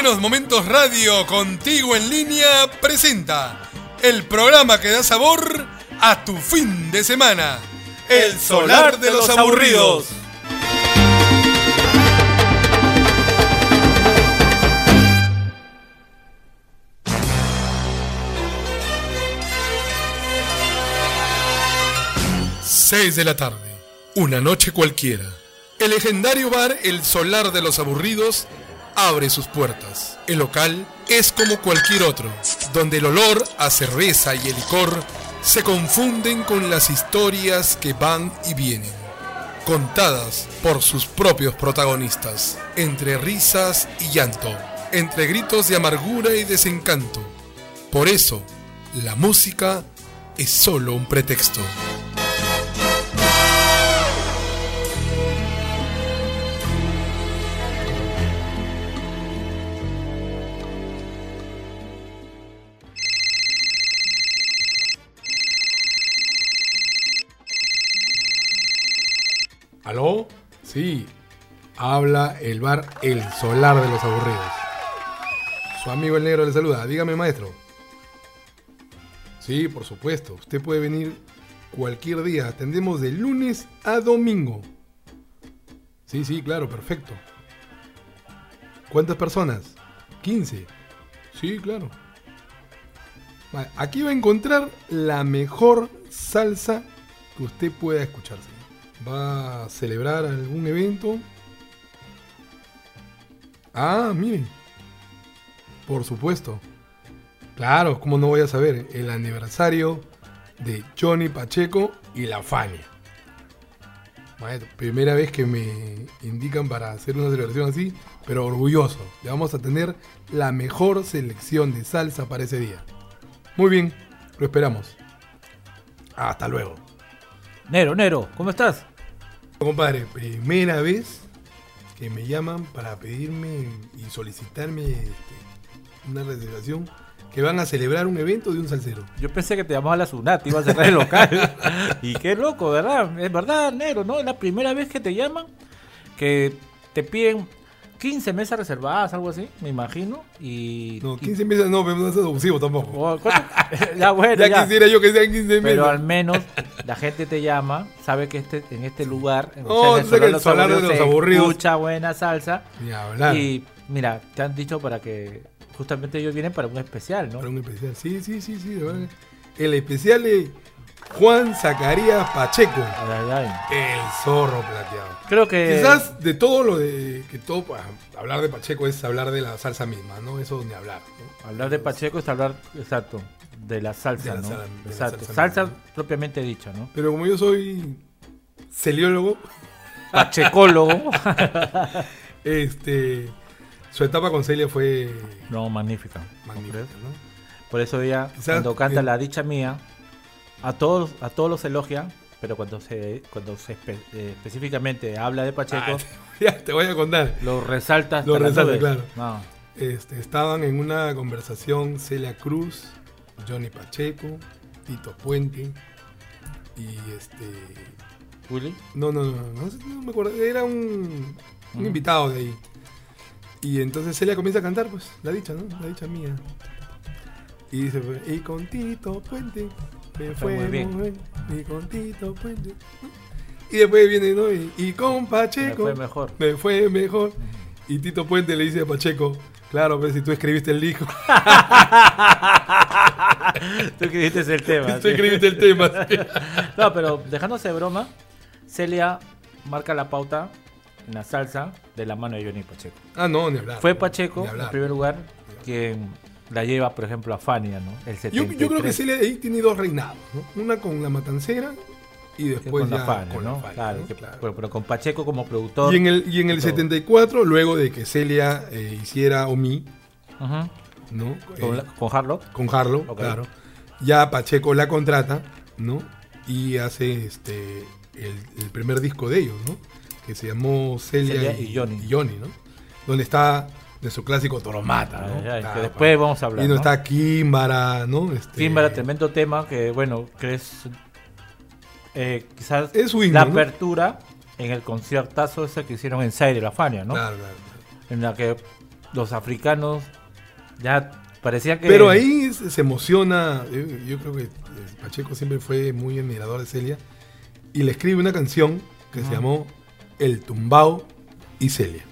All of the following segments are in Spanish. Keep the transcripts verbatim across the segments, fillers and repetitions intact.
Buenos Momentos Radio, contigo en línea, presenta el programa que da sabor a tu fin de semana. El Solar de los Aburridos. seis de la tarde, una noche cualquiera. El legendario bar El Solar de los Aburridos abre sus puertas. El local es como cualquier otro, donde el olor a cerveza y el licor se confunden con las historias que van y vienen, contadas por sus propios protagonistas, entre risas y llanto, entre gritos de amargura y desencanto. Por eso, la música es solo un pretexto. ¿Aló? Sí, habla el bar El Solar de los Aburridos. Su amigo el negro le saluda. Dígame, maestro. Sí, por supuesto. Usted puede venir cualquier día. Atendemos de lunes a domingo. Sí, sí, claro, perfecto. ¿Cuántas personas? quince. Sí, claro. Aquí va a encontrar la mejor salsa que usted pueda escucharse. ¿Va a celebrar algún evento? Ah, miren. Por supuesto. Claro, ¿cómo no voy a saber? El aniversario de Johnny Pacheco y la Fania. Maestro, primera vez que me indican para hacer una celebración así, pero orgulloso. Le vamos a tener la mejor selección de salsa para ese día. Muy bien, lo esperamos. Hasta luego. Nero, Nero, ¿cómo estás? Compadre, primera vez que me llaman para pedirme y solicitarme este, una reservación, que van a celebrar un evento de un salsero. Yo pensé que te llamaba la SUNAT, iba a cerrar el local. Y qué loco, ¿verdad? Es verdad, Nero, ¿no? Es la primera vez que te llaman, que te piden quince mesas reservadas, algo así, me imagino. Y no, quince mesas no, pero no es abusivo tampoco. Ya, bueno, ya, ya quisiera yo que sean quince mesas. Pero al menos la gente te llama, sabe que este, en este lugar, en oh, el Solar, el Solar de los se Aburridos, escucha buena salsa. Ni hablar. Y mira, te han dicho para que justamente ellos vienen para un especial, ¿no? Para un especial, sí, sí, sí, sí. El especial de Juan Zacarías Pacheco. Ay, ay, ay. El zorro plateado. Creo que quizás de todo lo de que todo pues, hablar de Pacheco es hablar de la salsa misma, ¿no? Eso ni hablar, ¿no? Hablar de Pacheco es hablar, exacto, de la salsa, de la ¿no? Sal, de exacto, la salsa, salsa ¿no? propiamente dicha, ¿no? Pero como yo soy celiólogo, pachecólogo, este, su etapa con Celia fue no, magnífica, magnífica, ¿no? Por eso ella, quizás, cuando canta el... La Dicha Mía, a todos, a todos los elogia, pero cuando se, cuando se espe, eh, específicamente habla de Pacheco, ah, ya te voy a contar, lo resalta, hasta lo resalta, claro. No. Este, estaban en una conversación Celia Cruz, Johnny Pacheco, Tito Puente y este Willy. No, no, no, no, no me acuerdo, era un, un uh-huh. invitado de ahí. Y entonces Celia comienza a cantar, pues, la dicha, ¿no? La dicha mía. Y dice, y con Tito Puente me está fue muy bien. muy bien, y con Tito Puente. Y después viene, ¿no? Y, y con Pacheco me fue mejor. Me fue mejor. Uh-huh. Y Tito Puente le dice a Pacheco, claro, pero si tú escribiste el disco. Tú escribiste el tema. Tú escribiste el tema. Sí. No, pero dejándose de broma, Celia marca la pauta en la salsa de la mano de Johnny Pacheco. Ah, no, ni hablar. Fue Pacheco, en primer lugar, quien la lleva, por ejemplo, a Fania, ¿no? El yo, yo creo que Celia ahí tiene dos reinados, ¿no? Una con La Matancera y después con ya la Fania, con ¿no? la Fania, claro, ¿no? Que, claro. Pero, pero con Pacheco como productor. Y en el, y en el setenta y cuatro, luego de que Celia eh, hiciera Omi, uh-huh. ¿no? Con, eh, con Harlow. Con Harlow, okay. Claro. Ya Pacheco la contrata, ¿no? Y hace este el, el primer disco de ellos, ¿no? Que se llamó Celia, Celia y, y, Johnny. y Johnny, ¿no? Donde está nuestro clásico Toromata, ¿no? Ay, ay, claro, que después vamos a hablar. Y no ¿no? está Químbara, ¿no? Este... Químbara, tremendo tema que, bueno, que es eh, quizás es himno, la ¿no? apertura en el conciertazo ese que hicieron en Zaire, la Fania, ¿no? Claro, claro, claro. En la que los africanos ya parecía que... Pero ahí se, se emociona. Yo, yo creo que Pacheco siempre fue muy admirador de Celia. Y le escribe una canción que ah. se llamó El Tumbao y Celia.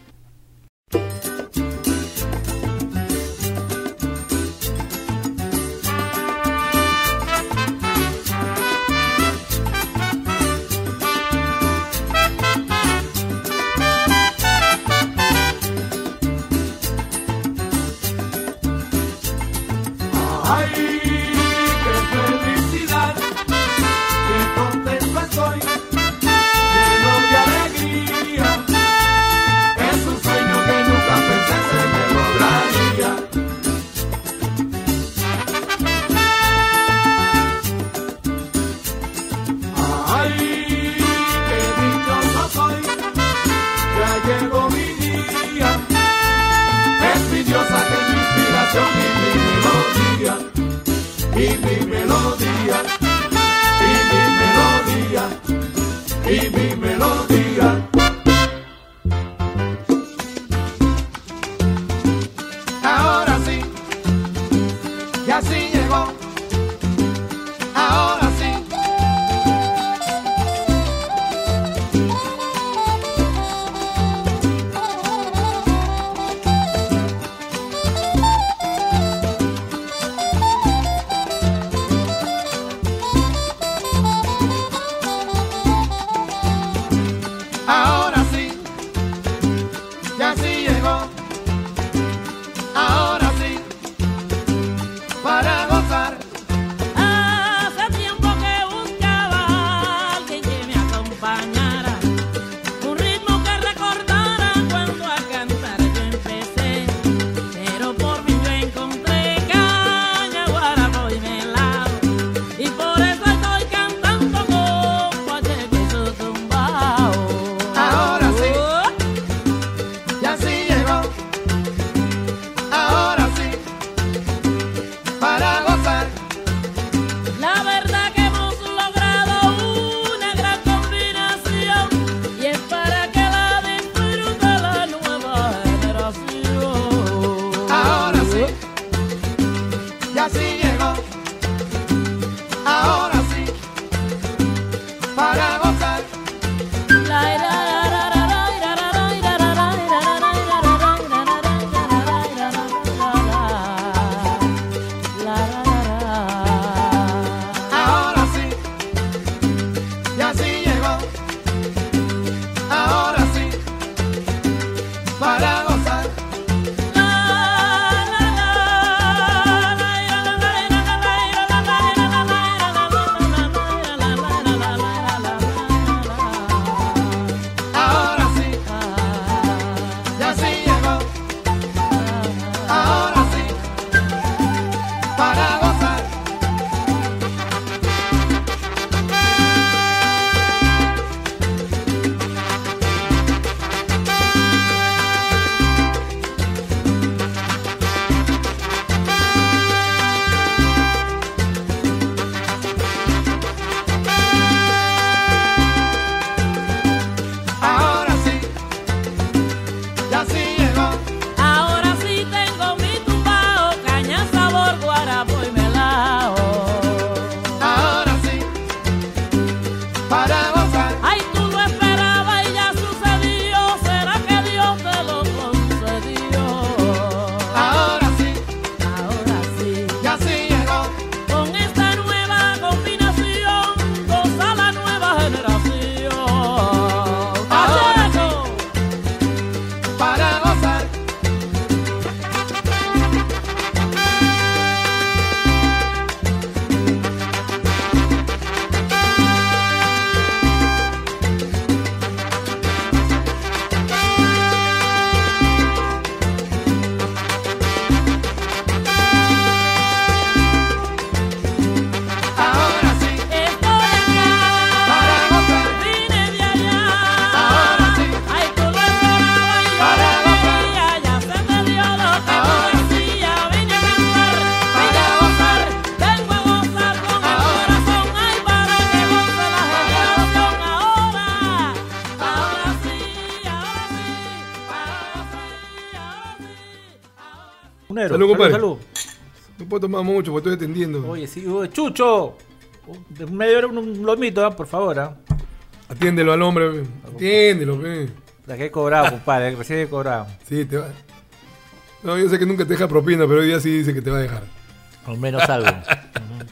Nero. Salud, compadre. Salud. No puedo tomar mucho porque estoy atendiendo. Oye, sí, oye, Chucho. De media hora un, un lomito, ¿eh? Por favor. ¿eh? Atiéndelo al hombre, pe. Atiéndelo, pe. La que he cobrado, compadre. Recién he cobrado. Sí, te va. No, yo sé que nunca te deja propina, pero hoy día sí dice que te va a dejar. Al menos algo. Uh-huh.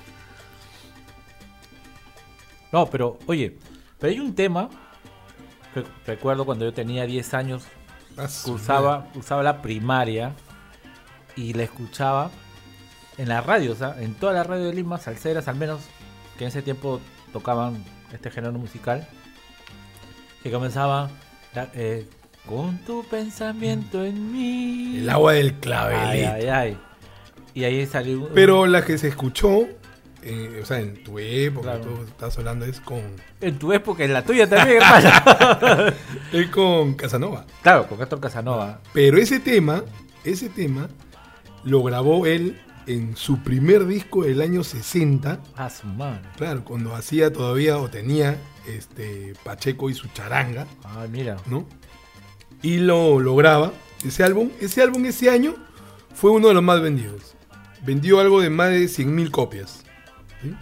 No, pero, oye, pero hay un tema que recuerdo cuando yo tenía diez años, Ah, su cursaba, madre. cursaba la primaria y la escuchaba en la radio, o sea, en toda la radio de Lima, salseras al menos, que en ese tiempo tocaban este género musical, que comenzaba la- eh, con tu pensamiento en mí. El agua del Ay, clavelito. ay, ay. Y ahí salió un- Pero la que se escuchó, eh, o sea, en tu época, Claro. tú estás hablando, es con, en tu época, en la tuya también, hermano. es con Casanova. Claro, con Gastón Casanova. Pero ese tema, ese tema, lo grabó él en su primer disco del año sesenta. A su madre. Claro, cuando hacía todavía o tenía este Pacheco y su charanga, Ay, mira. ¿no? Y lo, lo graba. Ese álbum, ese álbum ese año fue uno de los más vendidos. Vendió algo de más de cien mil copias. ¿Sí?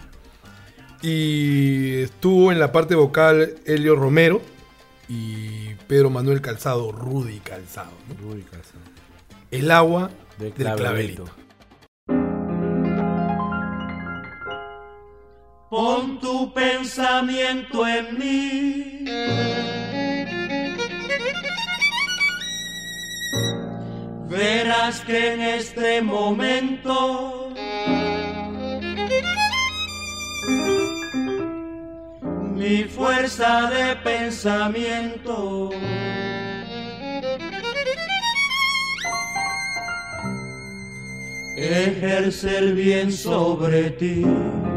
Y estuvo en la parte vocal Elio Romero y Pedro Manuel Calzado, Rudy Calzado, ¿no? Uy, casa. El agua De del clavelito. Pon tu pensamiento en mí. Verás que en este momento mi fuerza de pensamiento ejerce el bien sobre ti.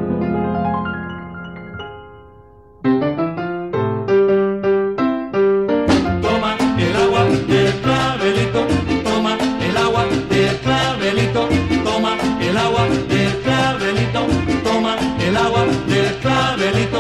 Toma el agua del clavelito, toma el agua del clavelito, toma el agua del clavelito, toma el agua del clavelito.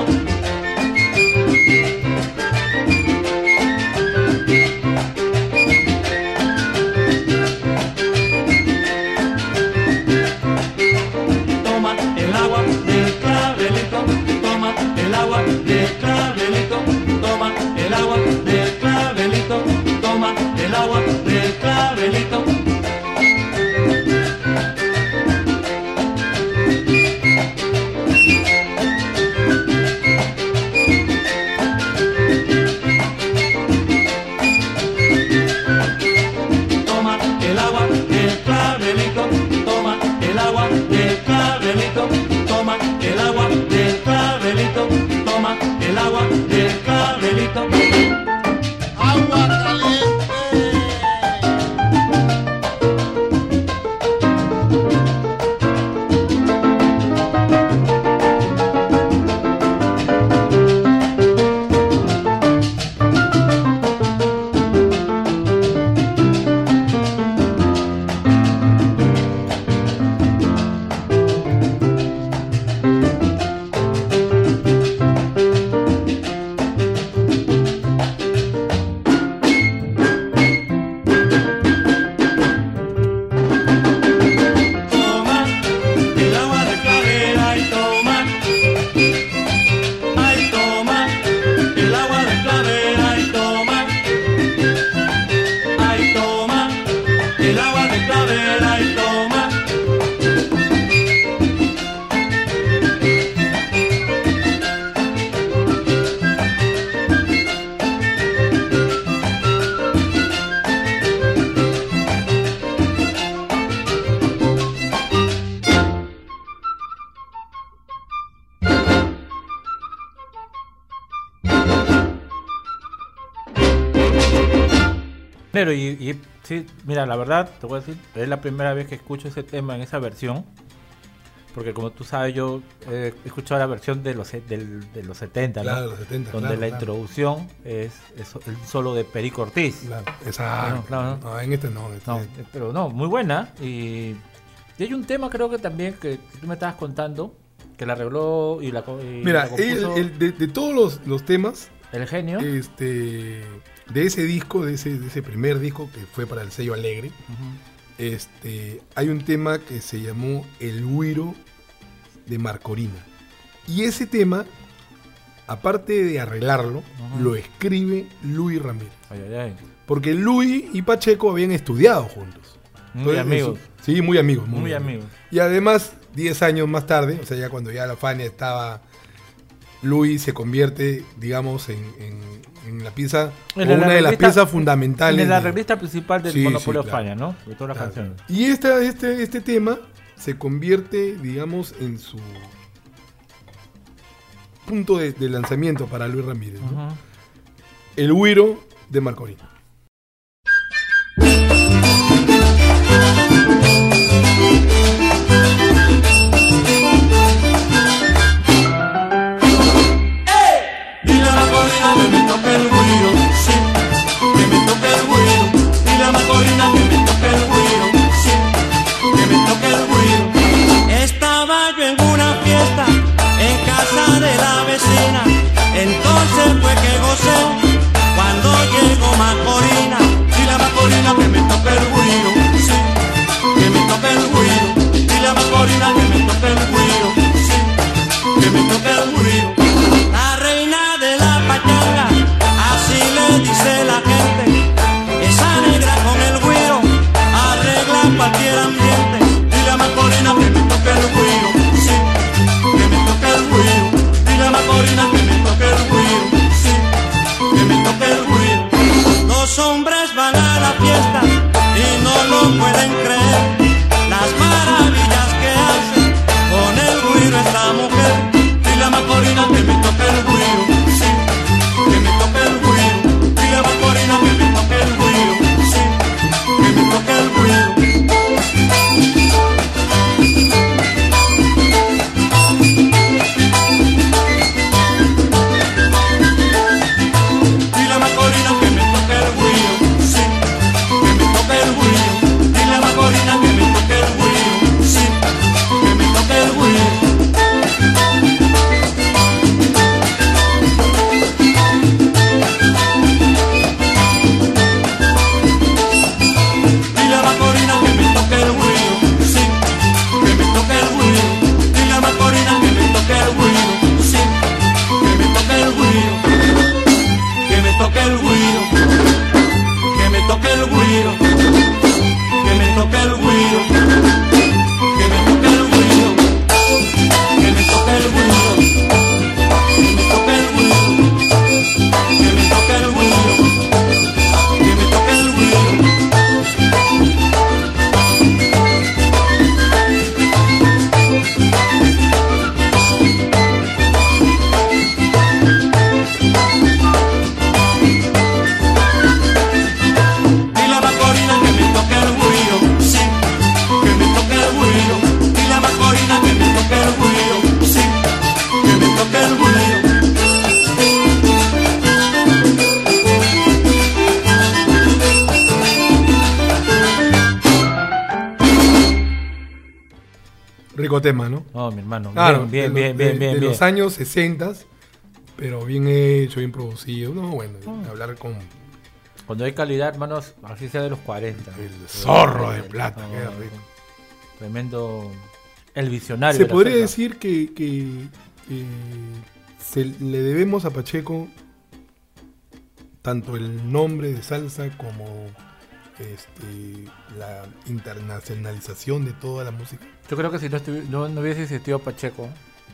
Toma el agua del clavelito, toma el agua del clavelito, toma el agua del clavelito, toma el agua del clavelito. Toma el agua del clavelito, toma el agua del clavelito, toma el agua del clavelito, toma el agua del clavelito. Agua caliente. Toma el agua de clavera y toma, ay toma el agua de clavera y toma, ay toma el agua de clavera y toma. Pero y, y sí, mira, la verdad, te voy a decir, es la primera vez que escucho ese tema en esa versión. Porque como tú sabes, yo eh, he escuchado la versión de los, se- del- de los setenta, ¿no? Claro, los setenta, Donde claro, la claro. introducción es, es el solo de Perico Ortiz. Claro, exacto. Claro, claro. No, en este no. en este- No, eh, pero no, muy buena. Y, y hay un tema, creo que también, que tú me estabas contando, que la arregló y la, co- y Mira, la compuso el- el- de, de todos los, los temas, el genio. este, de ese disco, de ese, de ese primer disco que fue para el sello Alegre, Ujú. este, hay un tema que se llamó El Güiro de Marcorina. Y ese tema, aparte de arreglarlo, Ajá. lo escribe Luis Ramírez. Ay, ay, ay. Porque Luis y Pacheco habían estudiado juntos. Muy Entonces, amigos. eso- sí, muy amigos. Muy amigos. Y además, diez años más tarde, o sea, ya cuando ya la Fania estaba, Luis se convierte, digamos, en, en, en la pieza, o En el una de las arreglista- piezas fundamentales. En de- la arreglista principal del Sí, Monopolio sí, claro. Fania, ¿no? De todas las Claro. canciones. Y esta, este, este tema se convierte, digamos, en su punto de, de lanzamiento para Luis Ramírez, ¿no? Ujú. El Güiro de Marcorina. Dile a Macorina que me toque el güiro, sí, que me toque el güiro. Dile a Macorina que me toque el güiro, sí, que me toque el güiro. Estaba yo en una fiesta en casa de la vecina, entonces fue que gocé cuando llegó Macorina. Dile a Macorina que me toque el güiro, sí, que me toque el güiro. Dile a Macorina que me toque el güiro, sí, que me toque el güiro. La reina de la pachanga, así le dice la gente. Esa negra con el güiro arregla cualquier ambiente. Dile a Macorina que me toque el güiro, sí, que me toque el güiro. Dile a Macorina que me toque el güiro, sí, que me toque el güiro. Los hombres van a la fiesta y no lo pueden creer. Las maravillas que hace con el güiro esta mujer. Dile a Macorina que me toque el güiro, sí, que me toque el güiro. Dile a Macorina que me toque el güiro, sí, que me toque el güiro. Dile a Macorina que me toque el güiro, sí, que me toque el güiro. Dile a Macorina que me toque el güiro, sí, que me toque el güiro. Dile a Macorina que me toque el güiro, sí, que me toque el güiro. Dile a Macorina que me toque el güiro, sí, que me toque el güiro. Que me toque el güiro, que me toque el güiro, que me toque el güiro, que me toque el güiro, que me toque el güiro, que me toque el güiro, que me toque el güiro, que me toque el güiro. Dile a Macorina que me toque el güiro, sí, que me toque el güiro. Dile a Macorina que me toque el güiro, sí, que me toque el güiro. Rico tema, ¿no? No, mi hermano. Claro, bien, de, bien, lo- bien, de- bien, de bien. los años sesenta, pero bien hecho, bien producido. No, bueno, hablar con Cuando hay calidad, hermanos, así sea de los cuarenta. el zorro de plata, No, qué rico. Tremendo. El visionario. Se de la podría salsa. decir que, que, eh, se le debemos a Pacheco tanto el nombre de salsa como este, la internacionalización de toda la música. Yo creo que si no, estuvi- no, no hubiese existido Pacheco,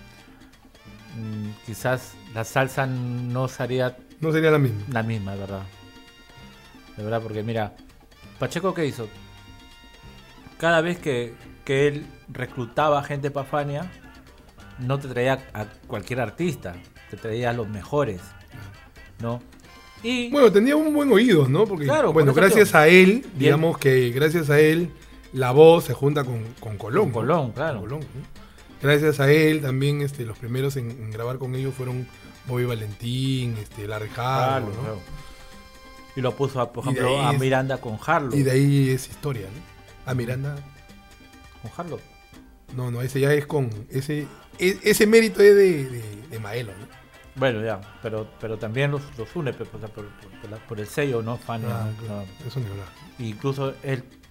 mm, quizás la salsa no sería No sería la misma. la misma, de verdad. De verdad, porque mira, Pacheco, ¿qué hizo? Cada vez que, que él reclutaba gente para Fania, no te traía a cualquier artista, te traía a los mejores, ¿no? Y Bueno, tenía un buen oído, ¿no? Porque, Claro, por bueno, eso gracias digo. a él, Y digamos que gracias a él, la voz se junta con, con Colón. Con ¿no? Colón, claro. Con Colón, ¿no? Gracias a él también, este, los primeros en, en grabar con ellos fueron Bobby Valentín, este, Larry Harlow, Claro, ¿no? claro. Y lo puso, a, por Y de ejemplo, ahí a es- Miranda con Harlow. Y de ahí es historia, ¿no? A Miranda, Con Harlow. no, no, ese ya es con, ese, e- ese mérito es de, de, de Maelo, ¿no? Bueno, ya, pero pero también los, los une pues, por, por- por la- por el sello, ¿no? Fania, Ah, ¿no? claro, eso ni hablar. Incluso él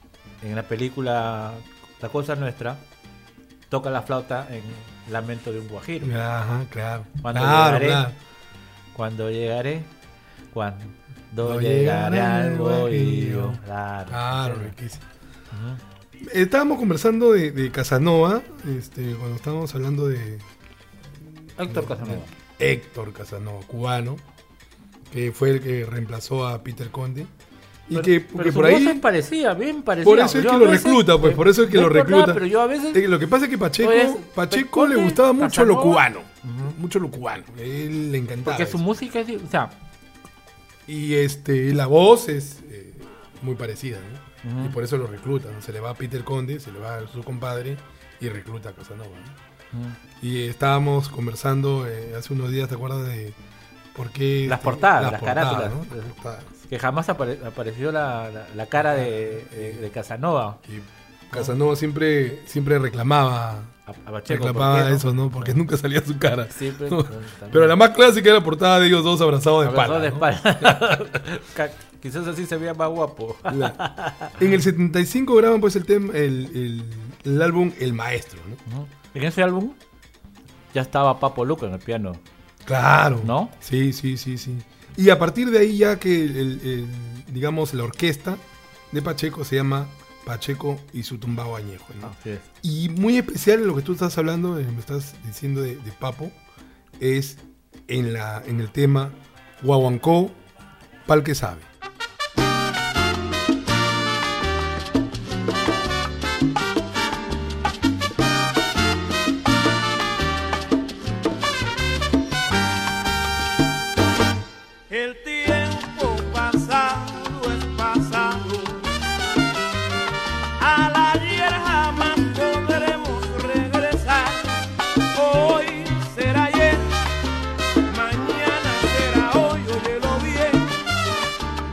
en la película La Cosa Nuestra, toca la flauta en Lamento de un Guajiro. Ajá, claro. Cuando claro, llegaré, claro. cuando llegaré, cuando No llegaré llegaré al al Guajiro. Guajiro. Claro. Claro, Sí. riquísimo. Ujú. Estábamos conversando de, de Casanova, este, cuando estábamos hablando de Héctor Casanova. Héctor Casanova, cubano, que fue el que reemplazó a Peter Conde. Y Pero- que, pero que su por ahí, voz es parecida, bien parecida. por eso es Yo que a lo veces- recluta, pues, por eso es que no lo por nada, recluta. pero yo a veces... Eh, Lo que pasa es que Pacheco, Oye, Pacheco le Conde, gustaba mucho lo Casanova. cubano, Ujú. mucho lo cubano, él le encantaba. Porque su eso. música es... O sea, Y este, la voz es eh, muy parecida, ¿no? Ujú. Y por eso lo recluta, ¿no? Se le va a Peter Conde, se le va a su compadre y recluta a Casanova, ¿no? ujú. Y estábamos conversando eh, hace unos días, ¿te acuerdas de por qué? Las este, portadas, las carátulas. ¿no? Las portadas. que jamás apare- apareció la, la, la cara de, de, de Casanova Y Casanova siempre, siempre reclamaba, a, a Pacheco. reclamaba ¿por qué, no? eso, ¿no? Porque nunca salía su cara. Siempre, No, también. Pero la más clásica era la portada de ellos dos abrazados de Abrazado espalda. de ¿no? espalda. Ca- Quizás así se veía más guapo. La- En el setenta y cinco graban pues el, tema, el, el, el álbum El Maestro, ¿no? Ujú. En ese álbum ya estaba Papo Luca en el piano. Claro. ¿No? Sí, sí, sí, sí. Y a partir de ahí ya que, el, el- el, digamos, la orquesta de Pacheco se llama Pacheco y su tumbao añejo, ¿no? Así es. Y muy especial en lo que tú estás hablando, eh, me estás diciendo de, de Papo, es en, la, en el tema Guaguancó, pal que sabe. El tiempo pasado es pasado, al ayer jamás podremos regresar. Hoy será ayer, mañana será hoy, óyelo bien.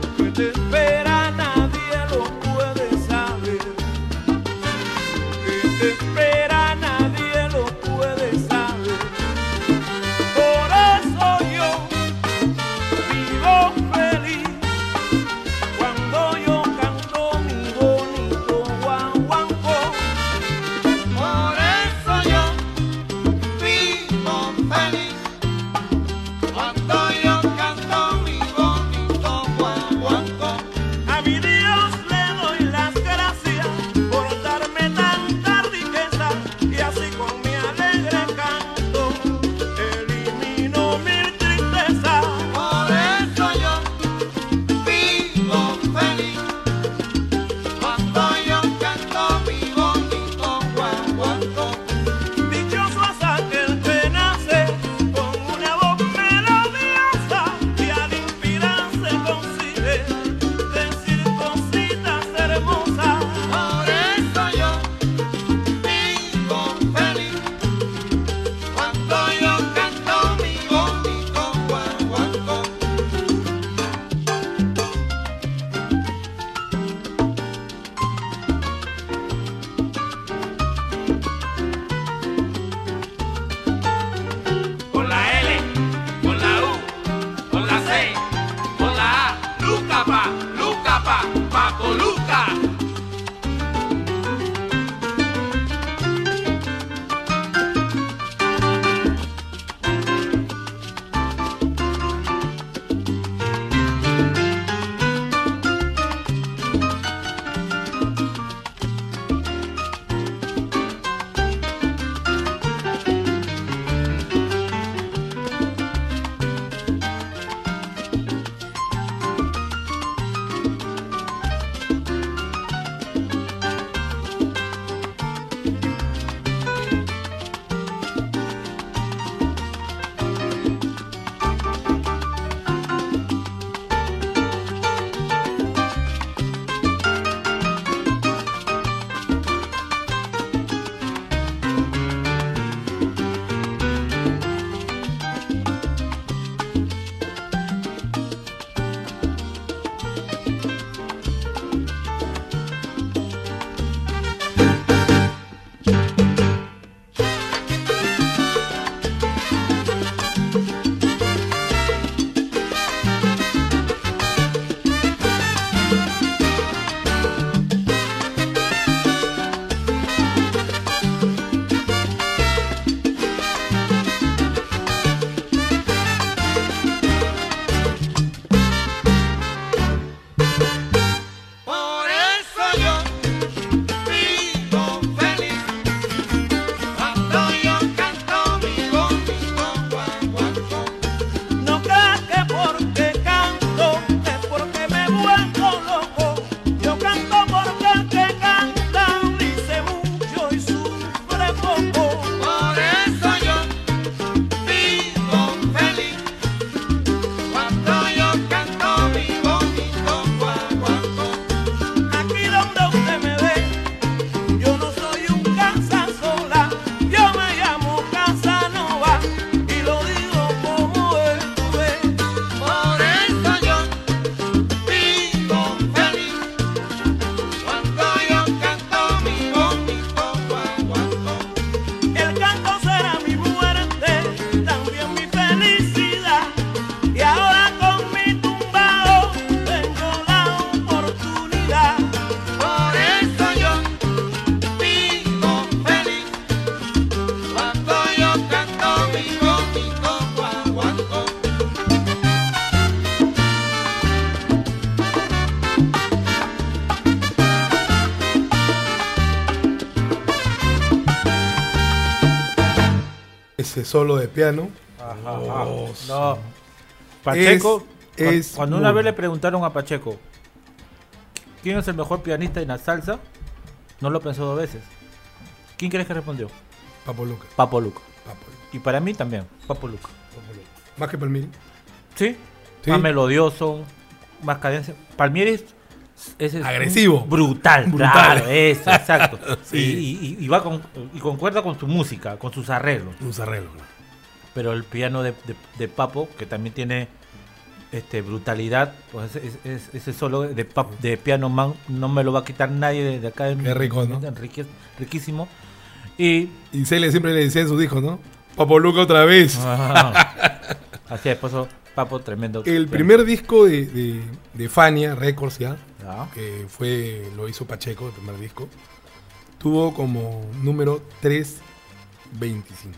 ese solo de piano. Ajá, Oh, ajá. No. Pacheco, Es- cu- es cuando muy una vez bueno. le preguntaron a Pacheco quién es el mejor pianista en la salsa, no lo pensó dos veces. ¿Quién crees que respondió? Papo Luca. Papo Luca. Papo Luca. Y para mí también, Papo Luca. Papo Luca. Más que Palmieri. ¿Sí? Sí. Más melodioso, más cadencia. Palmieri es, es- es Agresivo. brutal, Brutal. claro, eso, exacto. Sí. y, y- y va con, y concuerda con su música, con sus arreglos. Un arreglo. Pero el piano de, de- de Papo, que también tiene este brutalidad, pues es- es- es- ese solo de, pap- de piano man no me lo va a quitar nadie de, de acá. De, Qué rico, ¿no? Enrique- riquísimo. Y Y Celia siempre le decía en sus hijos, ¿no? Papo Luca otra vez. ah, así es, pues, Papo tremendo. El primer disco de, de, de Fania Records ya, Ah, que fue, lo hizo Pacheco, el primer disco, tuvo como número trescientos veinticinco.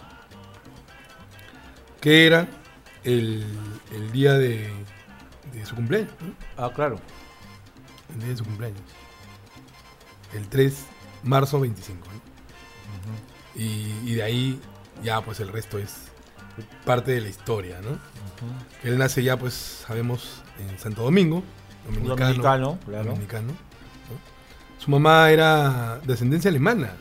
Que era el, el día de, de su cumpleaños, ¿no? ah, claro. El día de su cumpleaños. El tres de marzo veinticinco, ¿no? y, y de ahí ya pues el resto es parte de la historia, ¿no? Él nace ya pues sabemos en Santo Domingo, dominicano, Dominicano, claro. dominicano, ¿no? Su mamá era de ascendencia alemana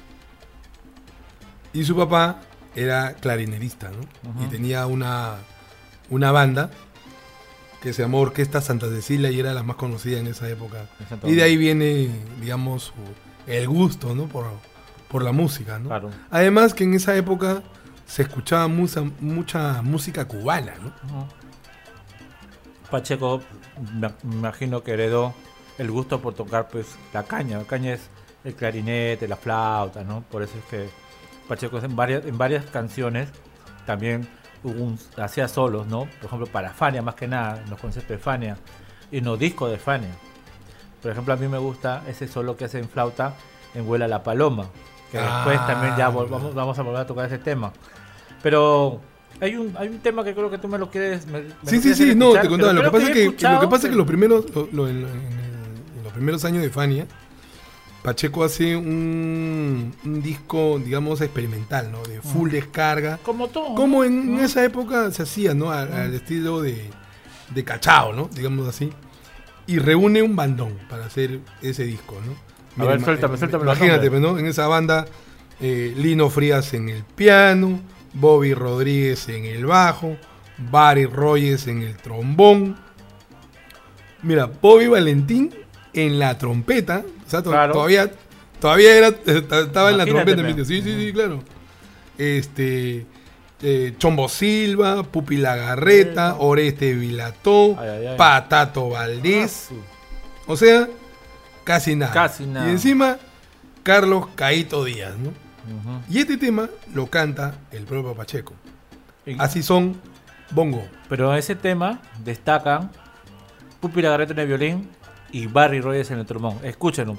y su papá era clarinerista, ¿no? Ujú. Y tenía una, una banda que se llamó Orquesta Santa Cecilia y era la más conocida en esa época. En Santo Y de ahí Domingo. viene, digamos, su- el gusto, ¿no? Por, por la música, ¿no? Claro. Además que en esa época se escuchaba mucha, mucha música cubana, ¿no? Ujú. Pacheco, me me imagino que heredó el gusto por tocar pues la caña. La caña es el clarinete, la flauta, ¿no? Por eso es que Pacheco en varias, en varias canciones también hubo un- hacía solos, ¿no? Por ejemplo, para Fania más que nada, en los conciertos de Fania y en los discos de Fania. Por ejemplo, a mí me gusta ese solo que hace en flauta en Vuela la Paloma, que después Ah, también ya vol- claro. vamos, vamos a volver a tocar ese tema. Pero hay un, hay un tema que creo que tú me lo quieres. Me, me lo Sí, sí, quieres sí, no, escuchar, te contaba. pero Lo que creo pasa es he que, escuchado, lo que, pasa es que pero- los primeros, lo- lo- en, en el- en los primeros años de Fania, Pacheco hace un, un disco, digamos, experimental, ¿no? De full descarga. Como todo. Como en, ¿no? esa época se hacía, ¿no? Al, al estilo de, de Cachao, ¿no? Digamos así. Y reúne un bandón para hacer ese disco, ¿no? A ver, ima- suéltame, eh, suéltame los Imagínate, nombres. ¿no? En esa banda, eh, Lino Frías en el piano, Bobby Rodríguez en el bajo, Barry Rogers en el trombón. Mira, Bobby Valentín en la trompeta. O sea, to- Claro. todavía, todavía era, estaba en la Imagínate, trompeta. pero. ¿me Sí, sí, sí, claro. Este, eh, Chombo Silva, Pupi Lagarreta, Oreste Vilató, Ay, ay, ay. Patato Valdés. Ah, O sea, casi nada. Casi nada. Y encima, Carlos Caíto Díaz, ¿no? Ujú. Y este tema lo canta el propio Pacheco. Y- Así son bongo. Pero en ese tema destacan Pupi Lagarreta en el violín y Barry Rogers en el trombón. Escúchenlo.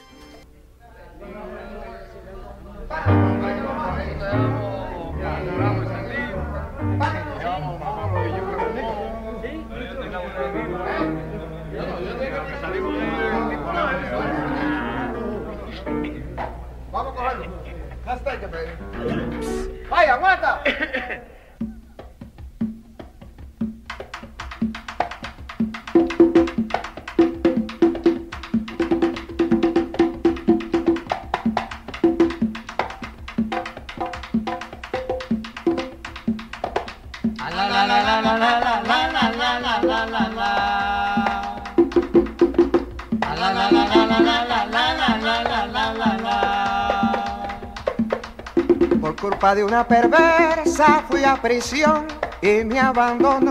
¡Vaya, aguanta! Por culpa de una perversa fui a prisión y me abandonó.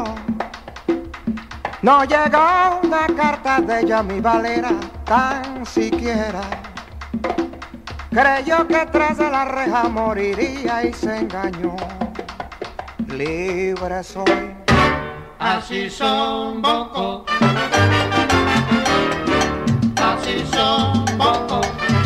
No llegó una carta de ella a mi valera tan siquiera. Creyó que tras de la reja moriría y se engañó. Libre soy. Así son bongo, así son bongo,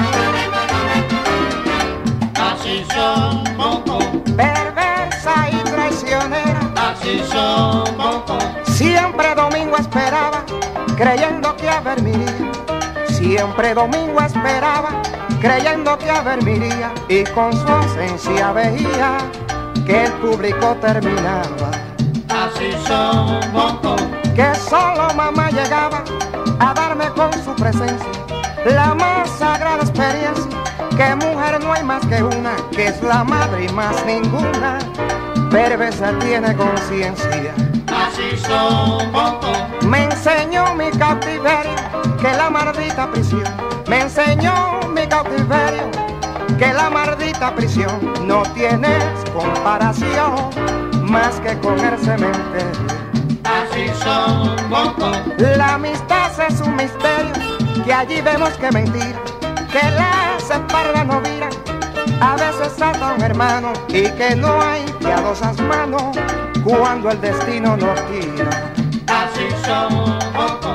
así son bongo, Perversa y traicionera. así son bongo, Siempre domingo esperaba, creyendo que a ver me iría. Siempre domingo esperaba, creyendo que a ver me iría. Y con su ausencia veía que el público terminaba. Así somos todos. Que solo mamá llegaba a darme con su presencia la más sagrada experiencia, que mujer no hay más que una, que es la madre y más ninguna. Perversa tiene conciencia. Así somos todos. Me enseñó mi cautiverio, que la maldita prisión. Me enseñó mi cautiverio, que la maldita prisión no tienes comparación más que con el cementerio. Así somos todos. La amistad es un misterio, que allí vemos que mentira, que las espaldas no viran, a veces salta un hermano, y que no hay piadosas manos cuando el destino nos tira. Así somos todos.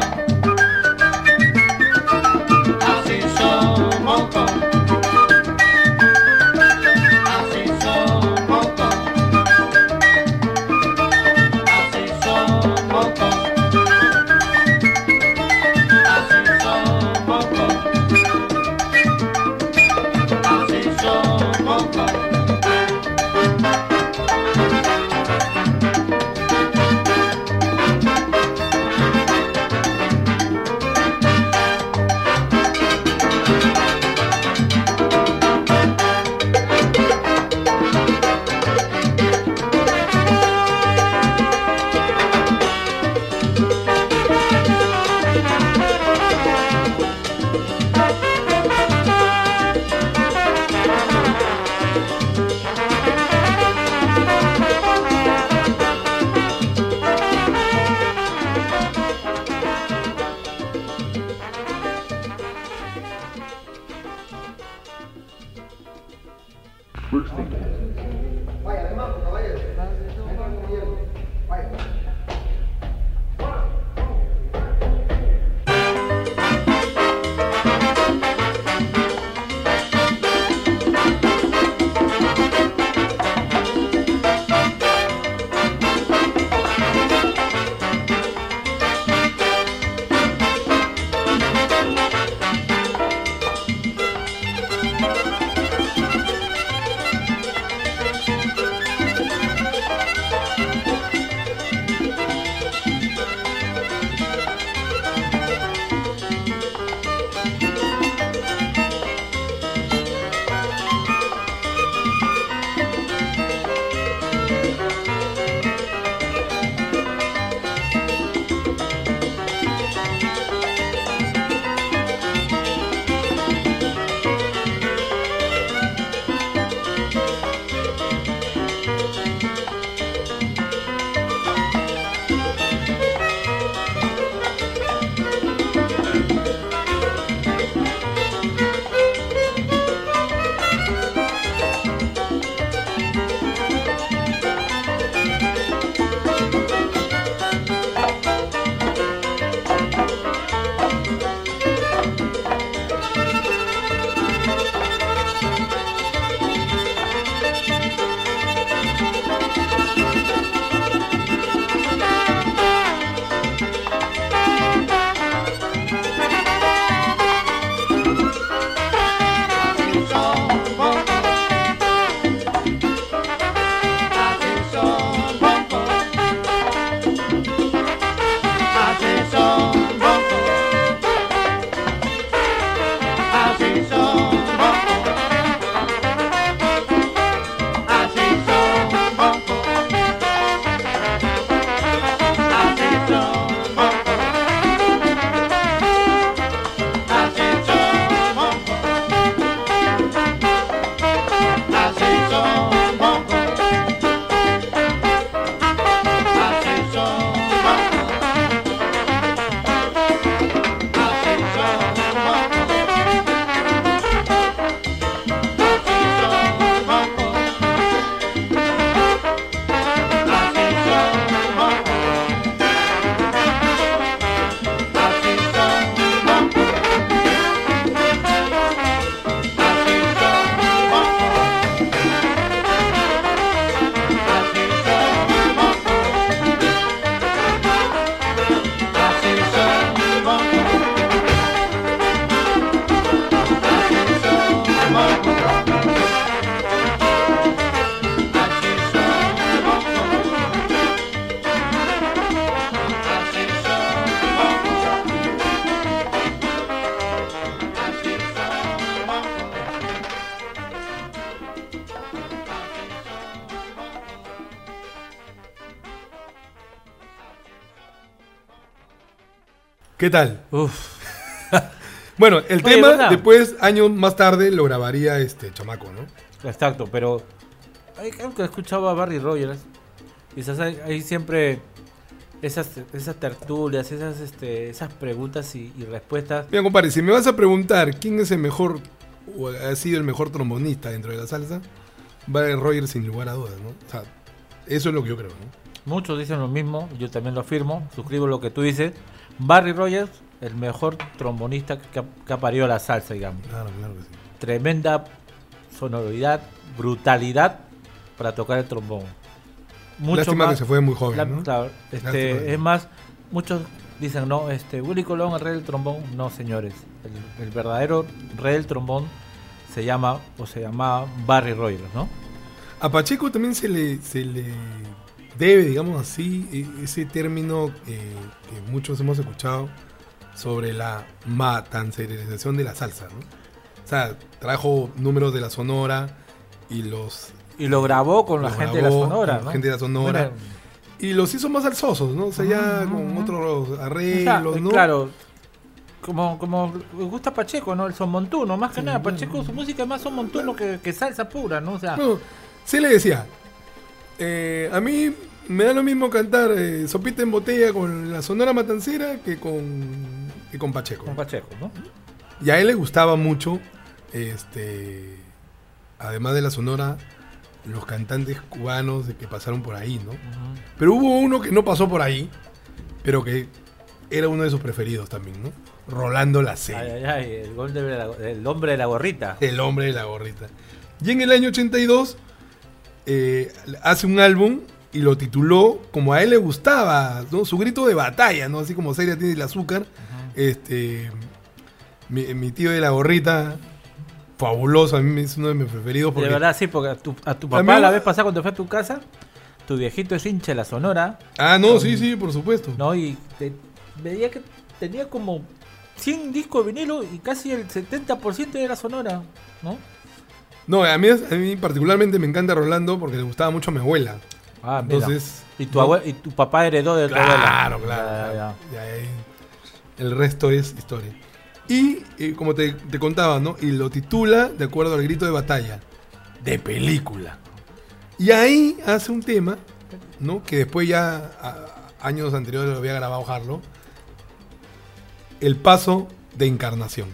Así somos todos. Así somos todos. Así somos todos. Así somos todos. Así somos todos. ¿Qué tal? Uf. Bueno, el Oye, tema ¿verdad? después, años más tarde, lo grabaría este chamaco, ¿no? Exacto, pero hay creo que escuchaba a Barry Rogers. Quizás hay, hay siempre esas, esas tertulias, esas, este, esas preguntas y, y respuestas. Mira, compadre, si me vas a preguntar quién es el mejor o ha sido el mejor trombonista dentro de la salsa, Barry Rogers sin lugar a dudas, ¿no? O sea, eso es lo que yo creo, ¿no? Muchos dicen lo mismo, yo también lo afirmo, suscribo lo que tú dices. Barry Rogers, el mejor trombonista que ha, que ha parido la salsa, digamos. Claro, claro que sí. Tremenda sonoridad, brutalidad para tocar el trombón. Mucho Lástima más, que se fue muy joven, la- ¿no? claro, este, Lástima. es más, muchos dicen, no, este, Willy Colón, el rey del trombón. No, señores, el, el verdadero rey del trombón se llama, o se llamaba Barry Rogers, ¿no? A Pacheco también se le, se le debe, digamos así, e- ese término eh, que muchos hemos escuchado sobre la matancerización de la salsa, ¿no? O sea, trajo números de la Sonora y los Y lo grabó con la Lo gente de la grabó Sonora, con ¿no? gente de la Sonora. Bueno, y los hizo más alzosos, ¿no? O sea, ya Ujú, con ujú. otros o sea, arreglos, ¿no? claro, como, como le gusta Pacheco, ¿no? El son montuno, más que nada. Pacheco, su música es más son montuno que, que salsa pura, ¿no? O sea, Bueno, sí le decía, eh, a mí me da lo mismo cantar eh, Sopita en Botella con la Sonora Matancera que con, que con Pacheco. con Pacheco, ¿no? Y a él le gustaba mucho, este, además de la Sonora, los cantantes cubanos de que pasaron por ahí, ¿no? Ujú. Pero hubo uno que no pasó por ahí, pero que era uno de sus preferidos también, ¿no? Rolando la C. Ay, ay, ay, el, gol de la- el hombre de la gorrita. El hombre de la gorrita. Y en el año ochenta y dos eh, hace un álbum y lo tituló como a él le gustaba, ¿no? Su grito de batalla, ¿no? Así como Celia tiene el azúcar. Este, mi, mi tío de la gorrita, fabuloso, a mí es uno de mis preferidos. Porque De verdad, sí, porque a tu, a tu A papá mí- la vez pasada cuando fue a tu casa, tu viejito es hincha de la Sonora, Ah, no, sí, sí, por supuesto. ¿no? Y te- veía que tenía como cien discos de vinilo y casi el setenta por ciento era Sonora, ¿no? No, a mí, a mí particularmente me encanta Rolando porque le gustaba mucho a mi abuela. Ah, mira. Entonces, Y tu, abue- y tu papá heredó de tu abuela. Claro, claro. Ya, ya, claro. ya. Ya, ahí, el resto es historia. Y eh, como te, te contaba, ¿no? Y lo titula de acuerdo al grito de batalla de película. Y ahí hace un tema, ¿no? Que después ya a- años anteriores lo había grabado Harlow. El paso de Encarnación.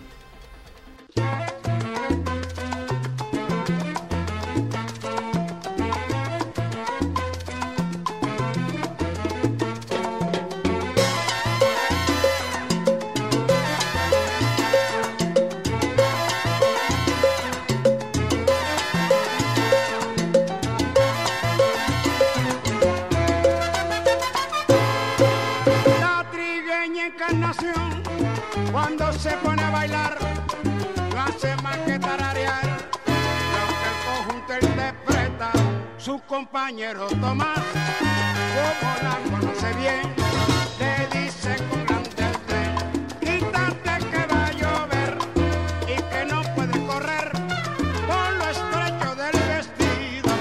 La trigueña Encarnación, cuando se pone a bailar, no hace más que tararear lo que el conjunto interpreta. Su compañero Tomás, como la conoce bien, le dice con gran desdén: quítate que va a llover y que no puedes correr por lo estrecho del vestido.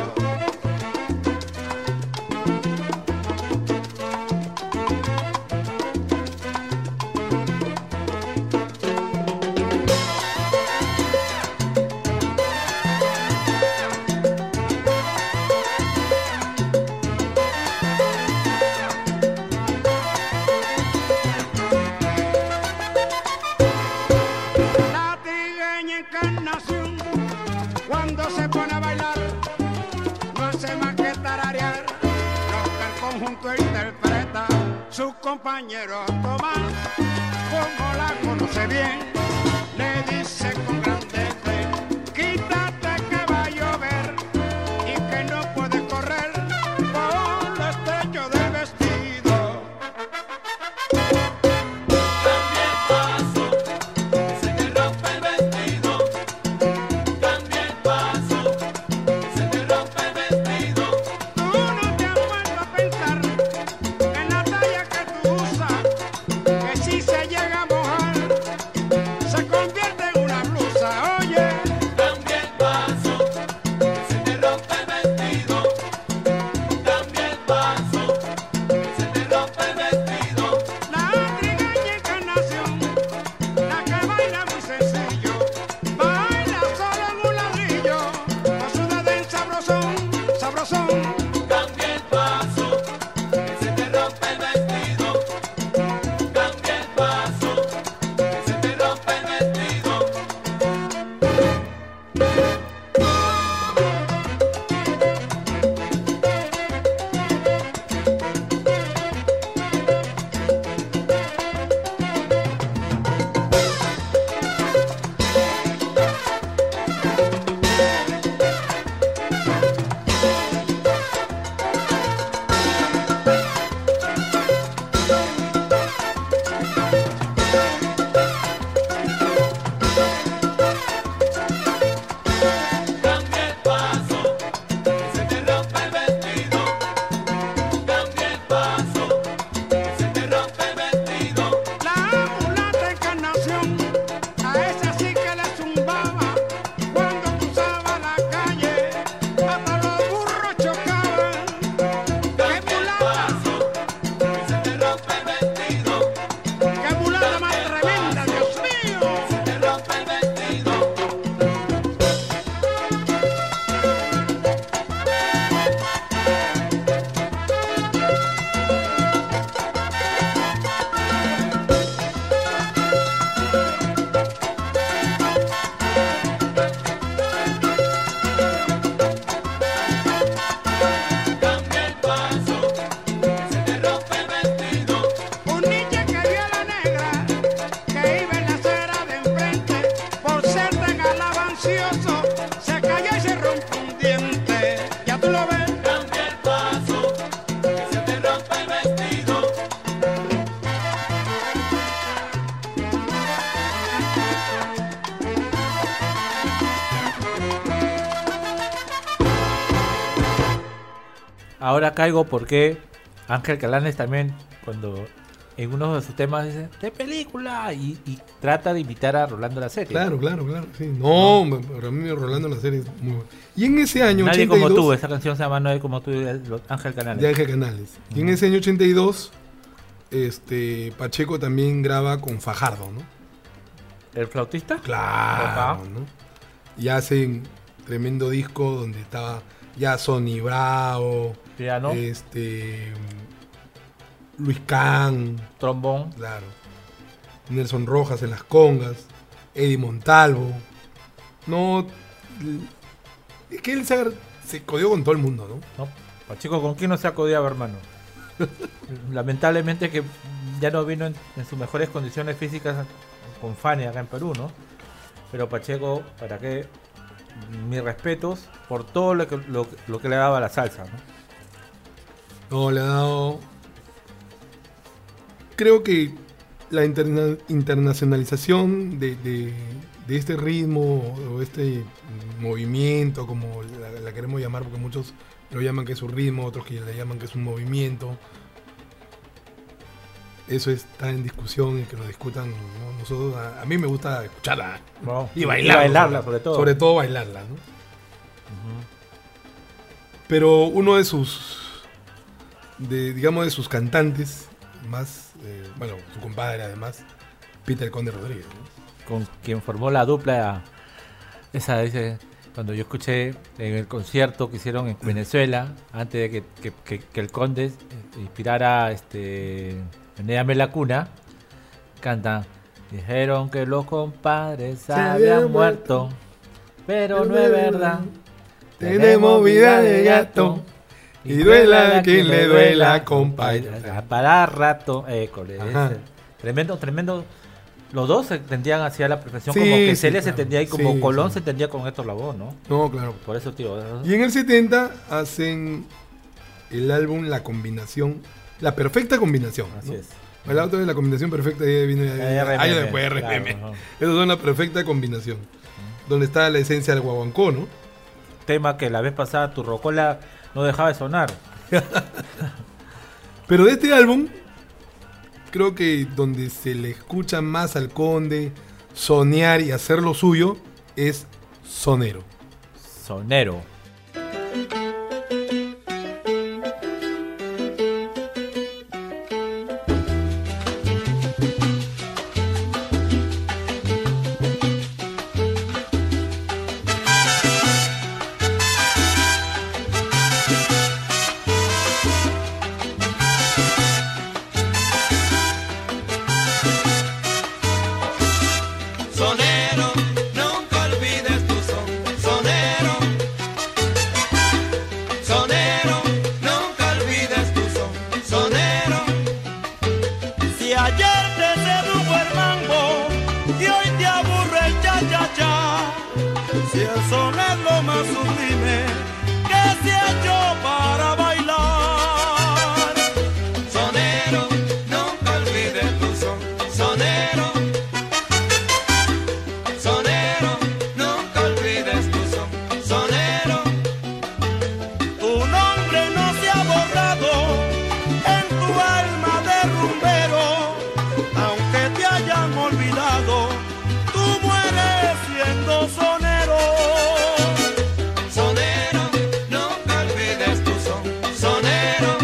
La trigueña Encarnación, cuando se pone a bailar, no hace más que tararear lo que el conjunto interpreta. Su compañero Tomás, como la conoce bien, le dice con gran desdén: quítate que va a llover y que no puedes correr por lo estrecho del vestido. También paso, que se te rompe el vestido. También paso, que se te rompe el vestido. Tú no te has puesto a pensar en la talla que tú usas, que si se llega a mojar, se convierte en una ahora caigo porque Ángel Calanes también, cuando en uno de sus temas dice, de película, y, y trata de invitar a Rolando a la serie. Claro, claro, claro. Sí. No, no. Para mí Rolando la serie es muy buena. Y en ese año, Nadie ochenta y dos, como tú, esa canción se llama Nadie como tú, de Ángel Calanes. de Ángel Canales. Y en ese año ochenta y dos, este, Pacheco también graba con Fajardo, ¿no? ¿El flautista? Claro, Ajá. ¿no? Y hacen tremendo disco donde estaba ya Sonny Bravo, Piano, este, Luis Can, trombón. claro, Nelson Rojas en las congas, Eddie Montalvo. No, es que él se, agar- se codió con todo el mundo, ¿no? No, Pacheco, ¿con quién no se ha codiado, hermano? Lamentablemente que ya no vino en, en sus mejores condiciones físicas con Fania acá en Perú, ¿no? Pero Pacheco, ¿para qué? Mis respetos por todo lo que, lo, lo que le daba a la salsa, ¿no? No, le ha dado... Creo que la interna- internacionalización de, de- de este ritmo o este movimiento, como la, la queremos llamar, porque muchos lo llaman que es un ritmo, otros que le llaman que es un movimiento. Eso está en discusión y que lo discutan, ¿no? Nosotros, a, a mí me gusta escucharla Wow. y bailarla, bailarla, sobre todo. Sobre todo bailarla, ¿no? Pero uno de sus, de, digamos, de sus cantantes más, eh, bueno, su compadre además, Peter Conde Rodríguez, ¿no? Con quien formó la dupla, esa dice, cuando yo escuché en el concierto que hicieron en Venezuela, antes de que, que, que, que el Conde eh, inspirara este, Menéame la cuna, cantan, dijeron que los compadres habían muerto, pero no es verdad. Tenemos vida de gato y duela a quien le duela, compadre. Para rato, école, Ajá. ese. Tremendo, tremendo. Los dos se entendían hacia la perfección, Sí, como que sí, Celia se claro. entendía y como Sí, Colón sí. se entendía con Héctor Lavoe, ¿no? No, claro. Por eso, tío. Y en el setenta hacen el álbum La Combinación, La Perfecta Combinación, Así ¿no? es. El auto de La Combinación Perfecta ahí vino ya- R M M, años después R M M. claro, ajá. Esas son La Perfecta Combinación, donde está la esencia del guaguancó, ¿no? Tema que la vez pasada tu rocola no dejaba de sonar. Pero de este álbum, creo que donde se le escucha más al Conde sonear y hacer lo suyo es Sonero. Sonero. Sonero, nunca olvides tu son. Sonero, sonero, nunca olvides tu son. Sonero, Si ayer te sedujo el mambo y hoy te aburre el cha cha cha, si el son es lo más sublime que se ha hecho para bailar. sonero, nunca olvides tu son. Sonero, sonero, nunca olvides tu son. Sonero, Tu nombre no se ha borrado en tu alma de rumbero, aunque te hayan olvidado, tú mueres siendo sonero. sonero, nunca olvides tu son. Sonero,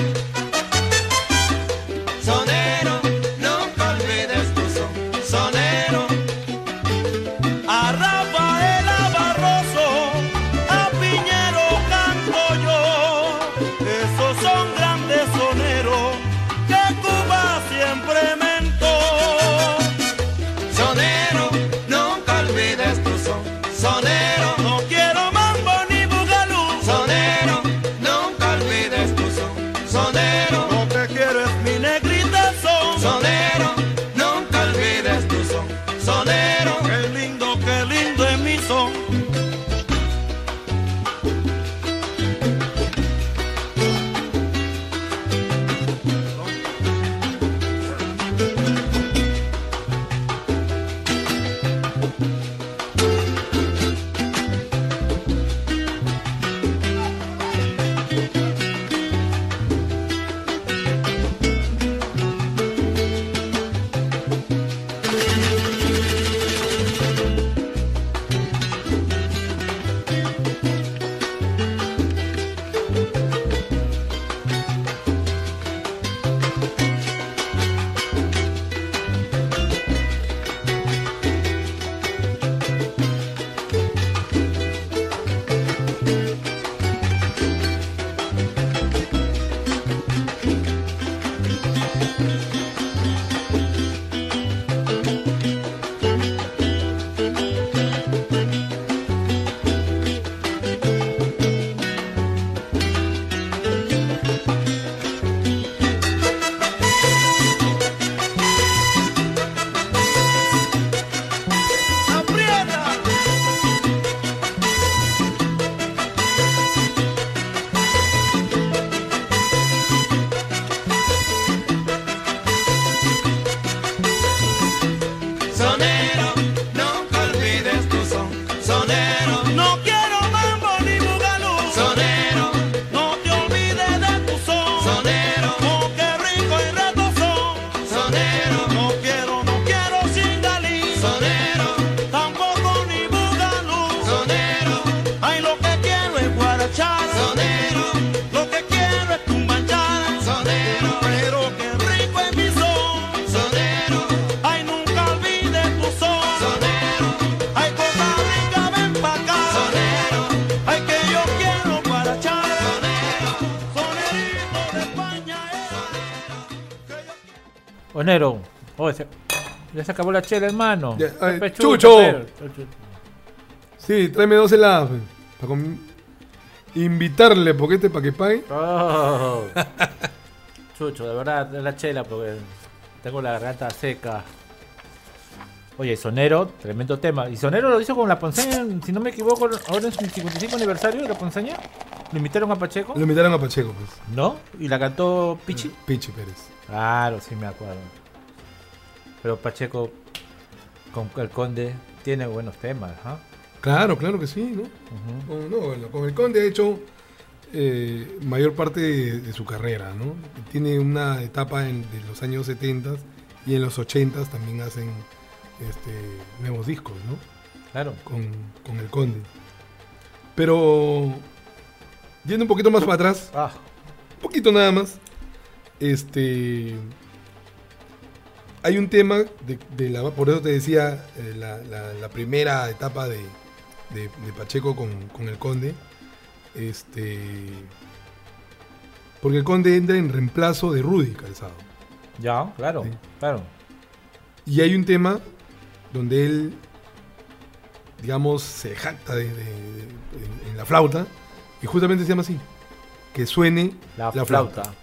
Onero, oh, se- ya se acabó la chela, hermano. Ya, ay, Pepe, Chucho. pero- Sí, tráeme dos heladas. pe, Para com- invitarle poquete para que pague. Oh. Chucho, de verdad, es la chela porque tengo la garganta seca. Oye, Sonero, tremendo tema. Y Sonero lo hizo con la Ponceña, si no me equivoco, ahora es el cincuenta y cinco aniversario de la Ponceña. ¿Lo invitaron a Pacheco? Lo invitaron a Pacheco, pues. ¿No? ¿Y la cantó Pichi? Pichi Pérez. Claro, sí me acuerdo. Pero Pacheco con el Conde tiene buenos temas, ¿ah? Claro, claro que sí, ¿no? Ujú. Con, no, bueno, con el Conde ha hecho eh, mayor parte de, de su carrera, ¿no? Tiene una etapa en, de los años setenta y en los ochenta también hacen este, nuevos discos, ¿no? Claro. Con, con el Conde. Pero yendo un poquito más para atrás, Ah, un poquito nada más, este, hay un tema de, de la, por eso te decía eh, la, la- la primera etapa de, de- de Pacheco con, con el Conde, este, porque el Conde entra en reemplazo de Rudy Calzado. ya, claro, Sí. claro. Y hay un tema donde él, digamos, se jacta de, de- de- en, en la flauta, y justamente se llama así, que suene La, la flauta. flauta.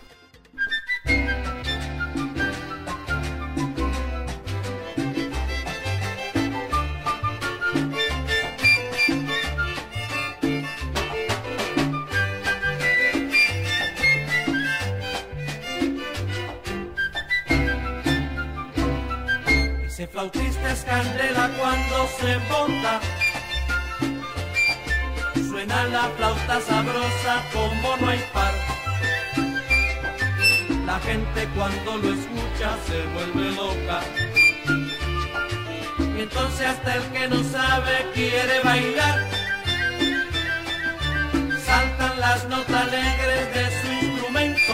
Ese flautista es candela cuando se monta. Suena la flauta sabrosa como no hay par. La gente cuando lo escucha se vuelve loca. Y entonces hasta el que no sabe quiere bailar. Saltan las notas alegres de su instrumento.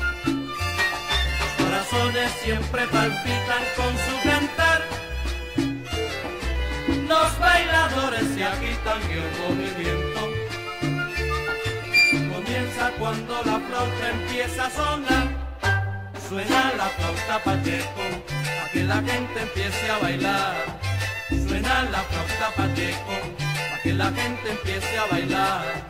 Los corazones siempre palpitan con su cantar. Los bailadores se agitan y el movimiento comienza cuando la flauta empieza a sonar. Suena la flauta Pacheco, a que la gente empiece a bailar. Suena la flauta Pacheco, a que la gente empiece a bailar.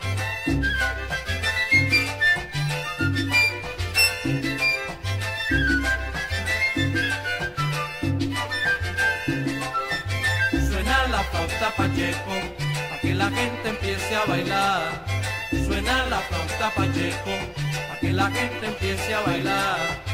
Suena la flauta Pacheco, a que la gente empiece a bailar. Suena la flauta Pacheco, a que la gente empiece a bailar.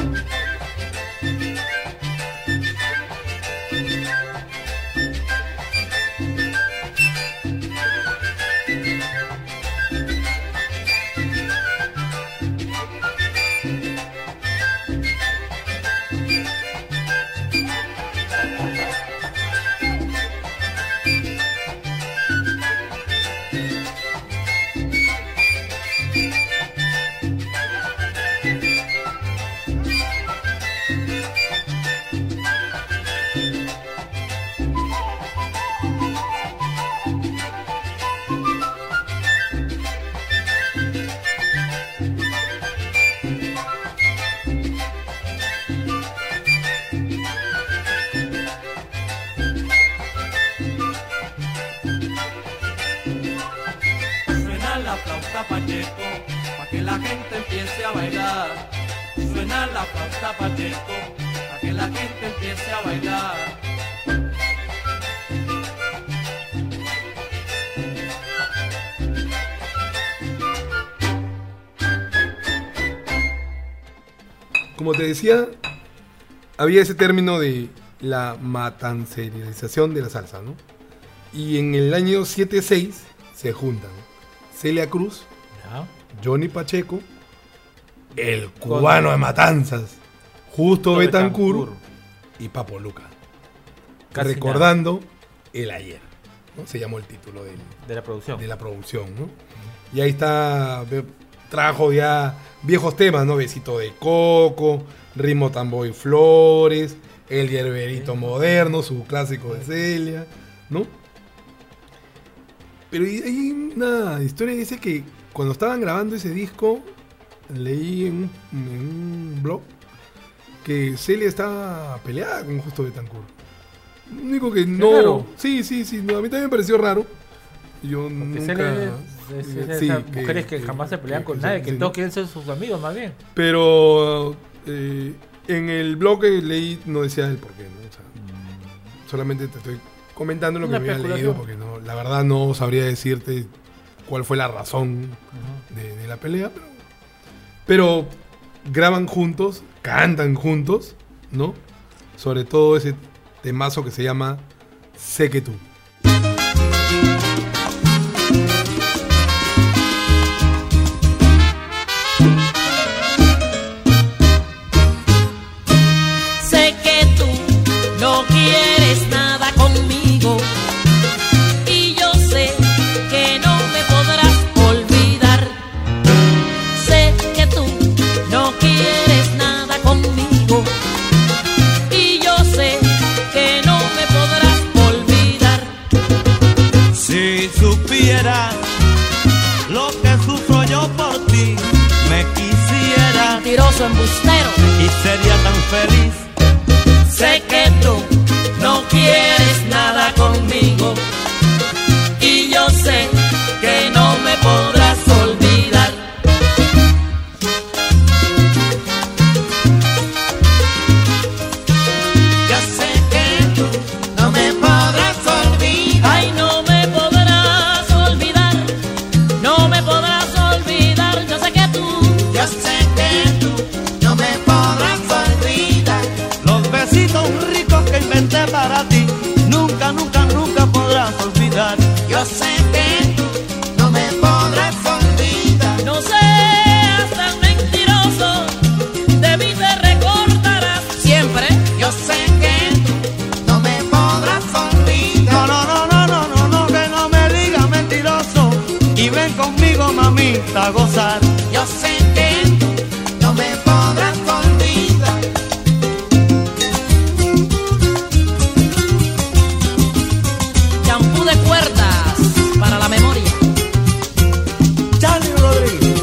Suena la flauta Pacheco, pa' que la gente empiece a bailar. Suena la flauta Pacheco, pa' que la gente empiece a bailar. Como te decía, había ese término de la matancerialización de la salsa, ¿no? Y en el año setenta y seis se juntan Celia Cruz, Ya. Johnny Pacheco, el cubano de Matanzas, Justo Betancur Betancur. y Papo Luca. Casi Recordando el ayer, ¿no? Se llamó el título del, de la producción. de la producción, ¿no? Y ahí está, ve- trajo ya viejos temas, ¿no? Besito de Coco, Ritmo Tamboy Flores, El Hierberito Moderno, su clásico de Celia, ¿no? Pero hay- hay una historia que dice que cuando estaban grabando ese disco, leí en un, en un blog que Celia estaba peleada con Justo Betancourt. Lo único que no... Claro. Sí, sí, sí. No, a mí también me pareció raro. Yo Porque nunca... Celia es, es- es sí, esas que- mujeres que, que- jamás se pelean que- con que nadie, sí, que sí, todos ¿no? quieren ser sus amigos más bien. Pero eh, en el blog que leí no decía el por qué, ¿no? O sea, solamente te estoy comentando lo que Una me había especulación. leído, porque no, la verdad no sabría decirte cuál fue la razón de, de la pelea, pero, pero graban juntos, cantan juntos, ¿no? Sobre todo ese temazo que se llama Sé que tú. Sé que tú no quieres nada conmigo y yo sé que no me podrás olvidar. Sé que tú no quieres nada conmigo y yo sé que no me podrás olvidar. Si supieras lo que sufro yo por ti, me quisiera Mentiroso, embustero. y sería tan feliz. Sé que tú no quieres nada conmigo y yo sé que no me podrás olvidar. Yo sé que tú no me podrás olvidar. Ay, no me podrás olvidar, no me podrás olvidar. Yo sé que tú, Yo sé que tú no me podrás olvidar. Los besitos ricos que inventé para ti, nunca, nunca, nunca podrás olvidar. Yo sé que tú no me podrás olvidar. no seas tan mentiroso, de mí te recordarás siempre. Yo sé que tú no me podrás olvidar. No, no, no, no, no, no, no, que no me digas mentiroso. Y ven conmigo, mamita, a gozar. Yo sé que tú no me podrás olvidar. Champú de cuerdas para la memoria. Charlie Rodríguez.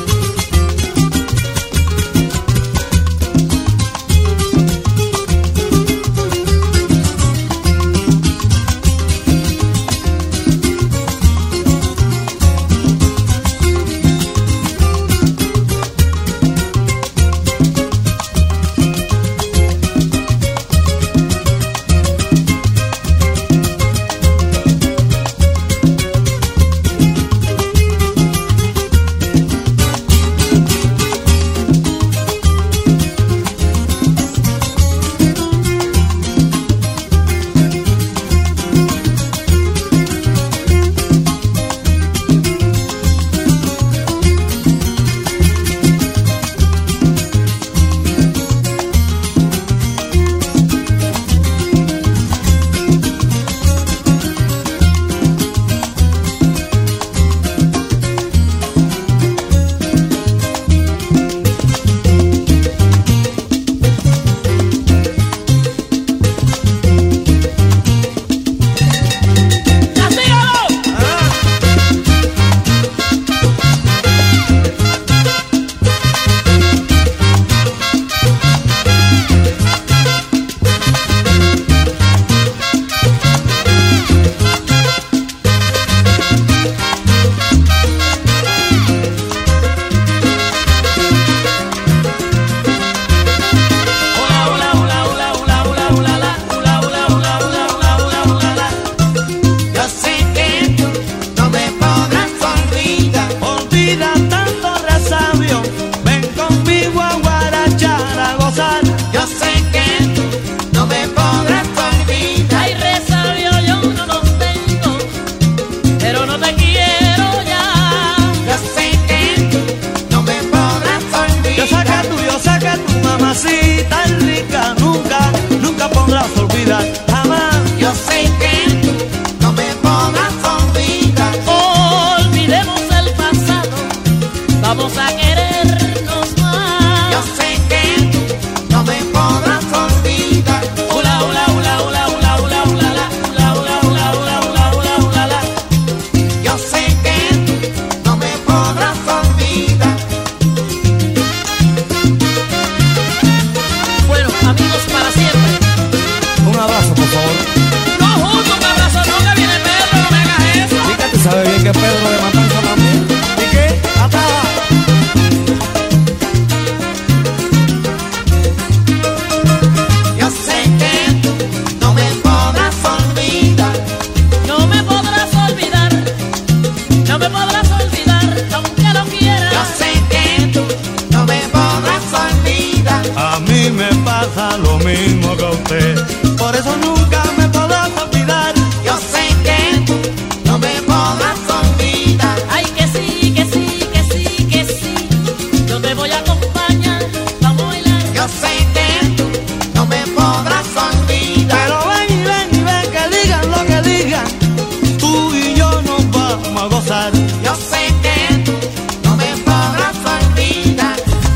mismo que usted. Por eso nunca me podrás olvidar. Yo sé que tú no me podrás olvidar. Ay, que sí, que sí, que sí, que sí. Yo te voy a acompañar, vamos a bailar. Yo sé que tú no me podrás olvidar. Pero ven y ven y ven que digan lo que digan, tú y yo nos vamos a gozar. Yo sé que tú no me podrás olvidar.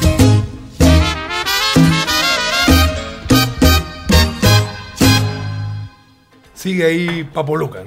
Sigue ahí Papo Luca, ¿no?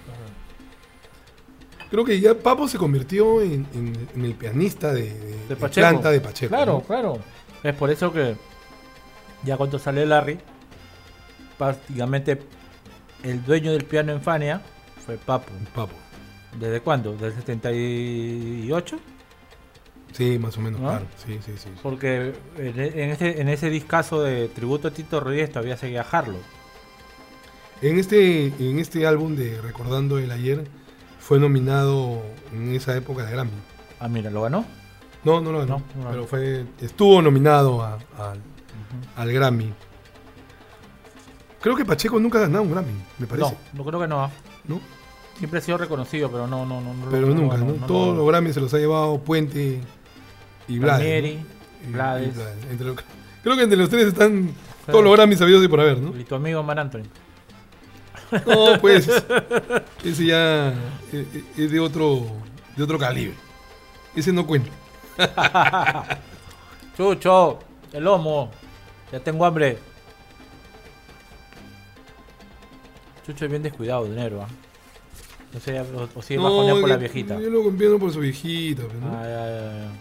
Creo que ya Papo se convirtió en, en- en el pianista de, de- De de Pacheco. planta de Pacheco. Claro, ¿no? claro. Es por eso que ya cuando sale Larry, prácticamente el dueño del piano en Fania fue Papo. Papo. ¿Desde cuándo? ¿Del setenta y ocho? Sí, más o menos, ¿No? claro. Sí, sí, sí. Porque en, en ese, en ese discazo de tributo a Tito Rodríguez todavía seguía Harlow. En este, en este álbum de Recordando el Ayer fue nominado en esa época de Grammy. Ah, mira, ¿lo ganó? No, no lo ganó, No, no lo pero ganó. fue, estuvo nominado a- al- al Grammy. Creo que Pacheco nunca ha ganado un Grammy, me parece. No, no creo que no. ¿No? Siempre ha sido reconocido, pero no, no, no. no Pero no, nunca, no, ¿no? no, Todos no. los Grammys se los ha llevado Puente y Blades. Palmieri, ¿no? Y- Blades. y Blades. Entre los- creo que entre los tres están todos los Grammys sabidos y por haber, ¿no? Y tu amigo Man Anthony. No, pues ese ya es, es de otro de otro calibre. Ese no cuenta. Chucho, el lomo. Ya tengo hambre. Chucho es bien descuidado, dinero, ¿ah? No sé, o, o sigue bajoneado por la que- viejita. Yo lo comprendo por su viejita. pues, ¿no? Ay, ay, ay, ay.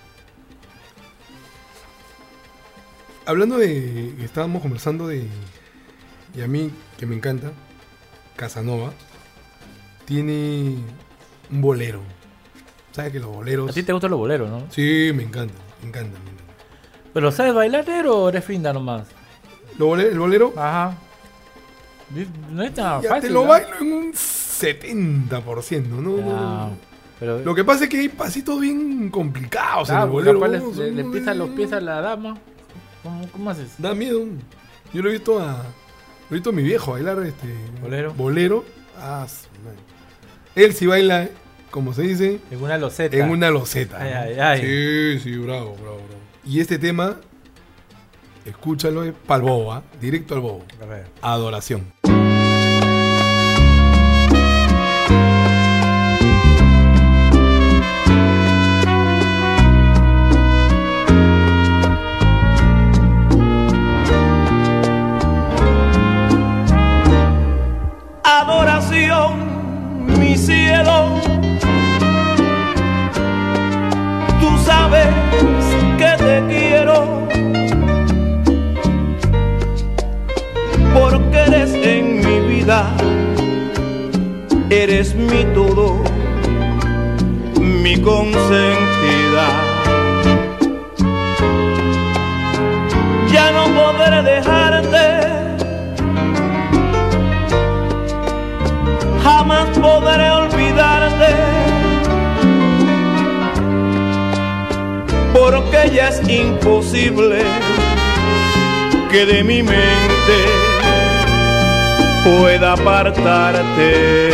Hablando de, estábamos conversando de, y a mí que me encanta, Casanova, tiene un bolero. ¿Sabes que los boleros? A ti te gustan los boleros, ¿no? Sí, me encanta, me encanta, me encanta. ¿Pero sabes bailar, negro, o eres finda nomás? Lo bole- el bolero, Ajá. No es tan ya fácil. te lo ¿no? bailo en un setenta por ciento, ¿no? Ya, No, no. pero Lo que pasa es que hay pasitos bien complicados en ah, el porque bolero. capaz ¿no? le, le, Son- le pisan los pies a la dama. ¿Cómo, cómo haces? Da miedo. Yo lo he visto a, lo he visto a mi viejo bailar este Bolero. bolero. Ah, su madre. Él sí baila, como se dice, En una loseta. en una loseta. Ay, ¿no? ay, ay. Sí, sí, bravo, bravo, bravo. Y este tema, escúchalo, es pa'l bobo, ¿ah? Directo al bobo. A ver. Adoración. Adoración, mi cielo, tú sabes que te quiero, porque eres en mi vida, eres mi todo, mi consentida. Ya no podré dejarte, jamás podré olvidarte, porque ya es imposible que de mi mente pueda apartarte.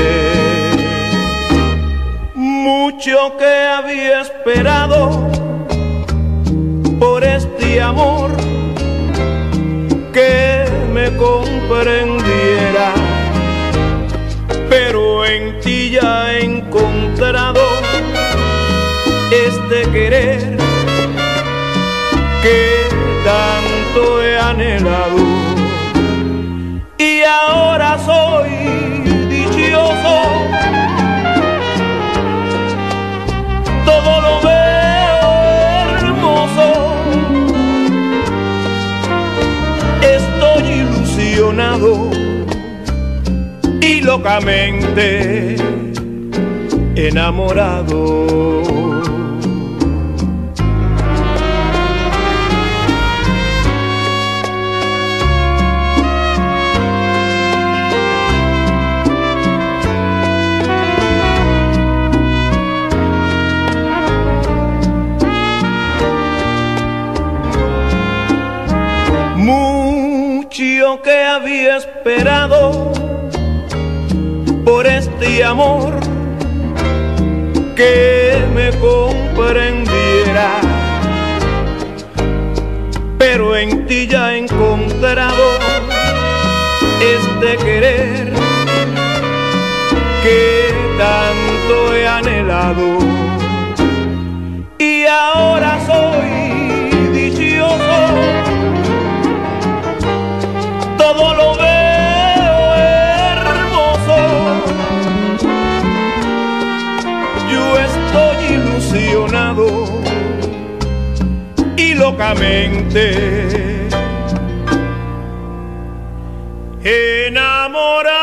Mucho que había esperado por este amor que me comprendiera, pero en ti ya he encontrado este querer que tanto he anhelado, y ahora soy dichoso, todo lo veo hermoso, estoy ilusionado y locamente enamorado. Yo que había esperado por este amor que me comprendiera, pero en ti ya he encontrado este querer que tanto he anhelado, y ahora soy dichoso, todo lo veo hermoso, yo estoy ilusionado y locamente enamorado.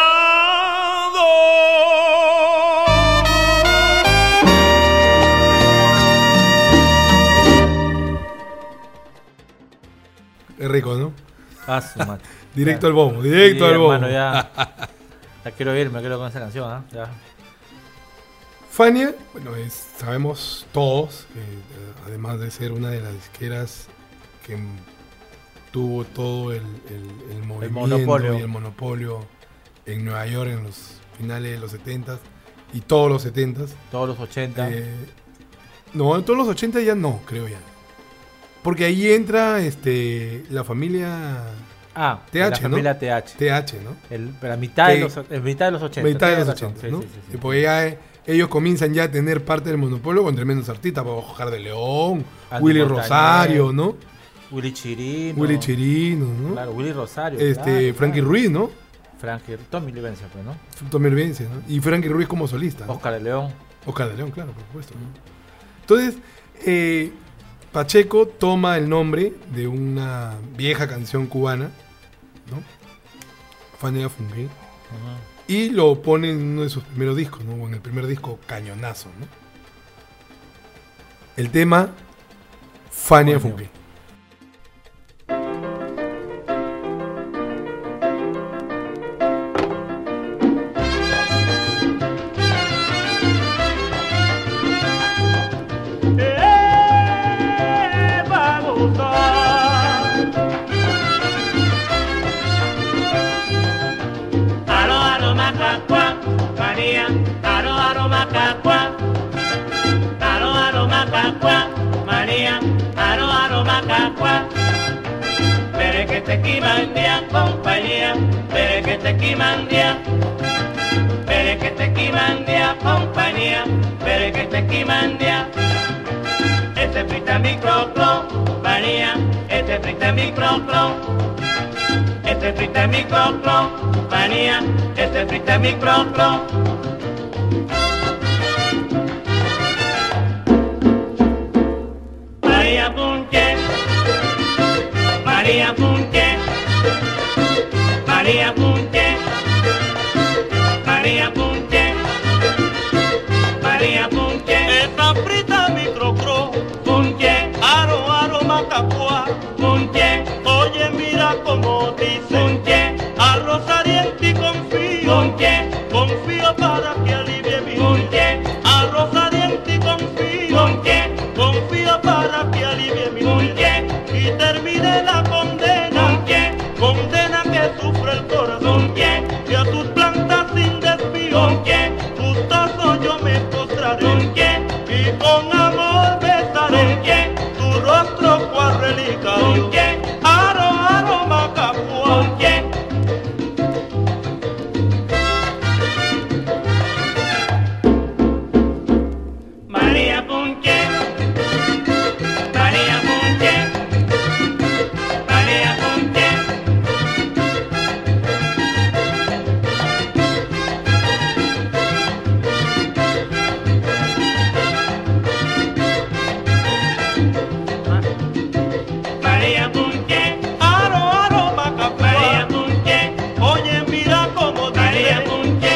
Es rico, ¿no? Ah, su madre. Directo Ya. al bombo, directo Sí, al bombo. hermano, ya, ya quiero irme, quiero con esa canción, ¿ah? Ya. Fania, bueno, es- sabemos todos que eh, además de ser una de las disqueras que mm, tuvo todo el, el- el movimiento monopolio. y el monopolio en Nueva York en los finales de los setentas y todos los setentas. Todos los ochenta. Eh, no, en todos los ochenta ya no, creo ya. Porque ahí entra este la familia ah, T H, la ¿no? familia T H. T H, ¿no? El, la mitad, de Que- los, en mitad de los ochenta. Mitad de los tienes razón, ochenta, sí, ¿no? sí, sí, sí. Y pues ya eh, ellos comienzan ya a tener parte del monopolio con tremendos artistas, como Oscar de León, Andy Willy Montañez, Rosario, ¿no? Willy Chirino. Willy Chirino, ¿no? Claro, Willy Rosario. este, claro, Frankie claro. Ruiz, ¿no? Frankie, Tommy Livencia, pues, ¿no? Tommy Livencia, ¿no? Y Frankie Ruiz como solista, ¿no? Oscar de León. Oscar de León, claro, por supuesto, ¿no? Entonces, eh, Pacheco toma el nombre de una vieja canción cubana, ¿no? Fania Funke, y lo pone en uno de sus primeros discos, ¿no? O en el primer disco, Cañonazo, ¿no? El tema Fania Coño. Funke. Eh, vamos a Aro, aro, macacua, María, aro, aro, macacua. Aro, aro, macacua, María, aro, aro, macacua. Pere que te quimandia, compañía, pere que te quimandia. Pere que te quimandia, compañía, pere que te quimandia. Este frita microclo, María, este frita microclo. Este frita microclo, María, este frita microclo. María Punche, María Punche, María Punche, María Punche, María Punche, esta frita microcro, Punche, aro aro macacua. Punche, Oye, mira cómo dice, Punche, a Rosariente confío, Punche, confío para que alivie mi Punche, a Rosariente confío, Punche, confío para que alivie mi Punche, y termine la condena, Punche, condena que sufre el corazón, Punche, y a tus plantas sin desvío, Punche, gustoso yo me postraré, Punche, y con amor besaré Punche, tu rostro cual relicario, Punche, aro aro macapua. Punche. María Punche, María Punche, María Punche. María Punche, Aro, aro, macapua. María Punche, Oye, mira cómo María dice, Punche.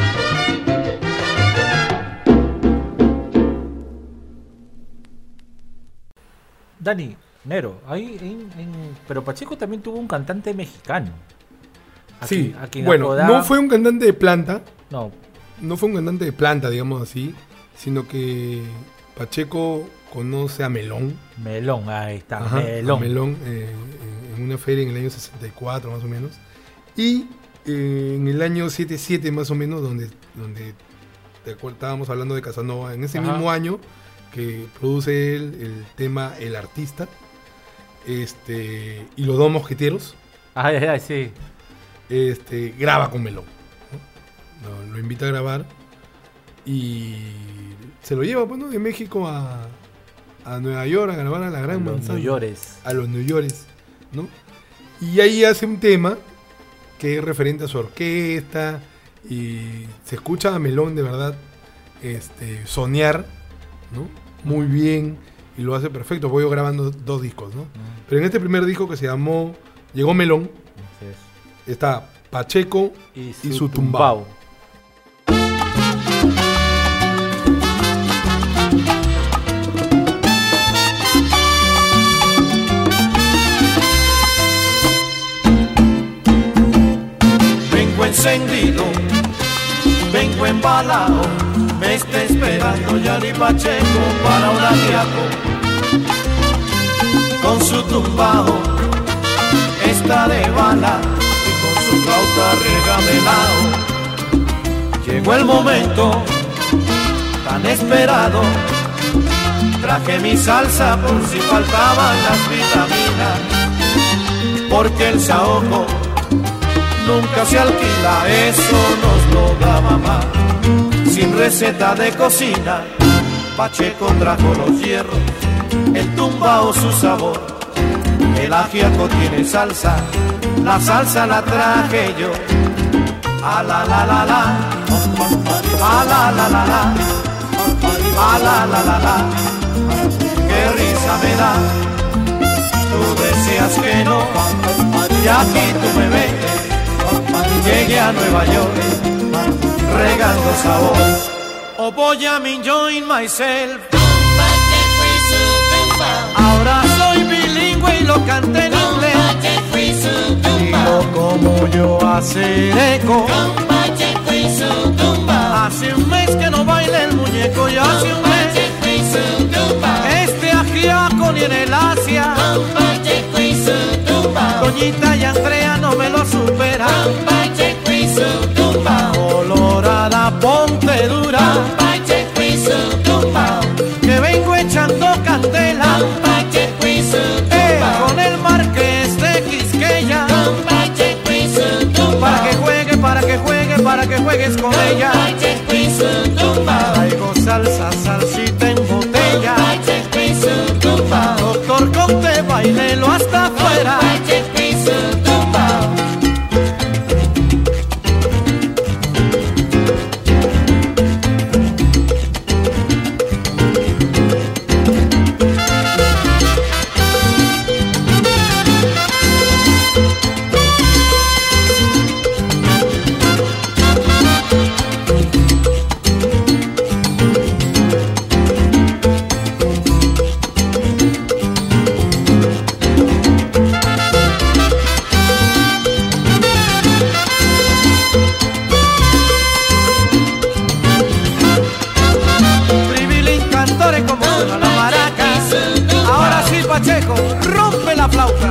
Dani, Nero, ahí en, en- pero Pacheco también tuvo un cantante mexicano. A Sí, quien- a quien bueno, apodaban- no fue un cantante de planta, No, no fue un cantante de planta, digamos así, sino que Pacheco conoce a Melón. Melón, ahí está, Ajá, Melón. a Melón eh, en, en una feria en el año sesenta y cuatro más o menos. Y eh, en el año setenta y siete más o menos, donde, donde de acuerdo, estábamos hablando de Casanova, en ese Ajá. mismo año que produce él el tema El Artista, este, y los dos mosqueteros, Ay, ay, ay, sí. este, graba con Melón, ¿no? Lo, lo invita a grabar y se lo lleva, pues, ¿no? De México a, a Nueva York a grabar a la Gran Los Manzana. New Yorkers. A los New Yorkers, ¿no? Y ahí hace un tema que es referente a su orquesta y se escucha a Melón de verdad este, soñar, ¿no? Muy bien, y lo hace perfecto. Voy grabando dos discos, ¿no? Pero en este primer disco que se llamó Llegó Melón, Así es. está Pacheco Y y su tumbao. Vengo encendido, vengo embalado, me está esperando Yanni Pacheco para un ajiaco. Con su tumbao está de bala y con su flauta regamelao. Llegó el momento tan esperado, traje mi salsa por si faltaban las vitaminas, porque el saoco nunca se alquila, eso nos lo da mamá. Sin receta de cocina, Pacheco trajo los hierros, el tumbao su sabor, el ajiaco tiene salsa, la salsa la traje yo. A la la la la, a la la la la, a la la la la, qué risa me da. Tú deseas que no, y aquí tú me ves. Llegué a Nueva York, regando sabor. Oh boy, I'm enjoying myself. Ahora soy bilingüe y lo canté en inglés. Digo como yo hacer eco. Hace un mes que no baila el muñeco y hace un mes este ajiaco ni en el Asia. Doñita y Andrea no me lo superan. Colorada, ponte dura, que vengo echando candela, eh, con el Marqués de Quisqueya, para que juegue, para que juegue, para que juegues con ella. Traigo salsa, salsita en botella, doctor Conte, bailelo hasta afuera. Pacheco, rompe la flauta.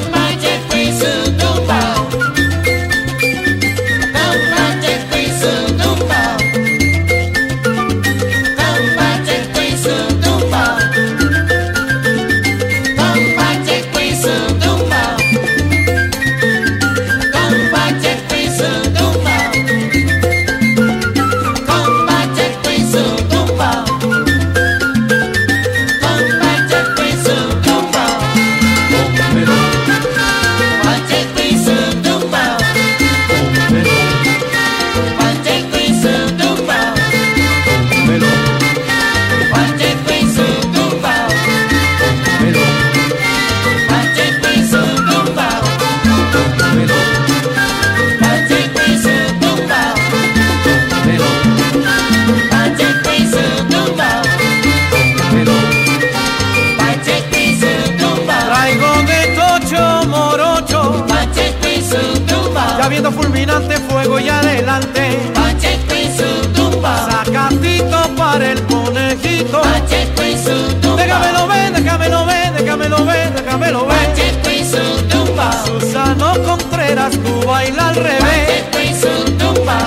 Viendo fulminante fuego y adelante, Pacheco y su tumba, sacatito para el conejito, Pacheco y su tumba, déjamelo ver, déjamelo ver, déjamelo ver, déjamelo ver. Pacheco y su tumba, mientras tú bailas al revés. Pacheco y su tumbao.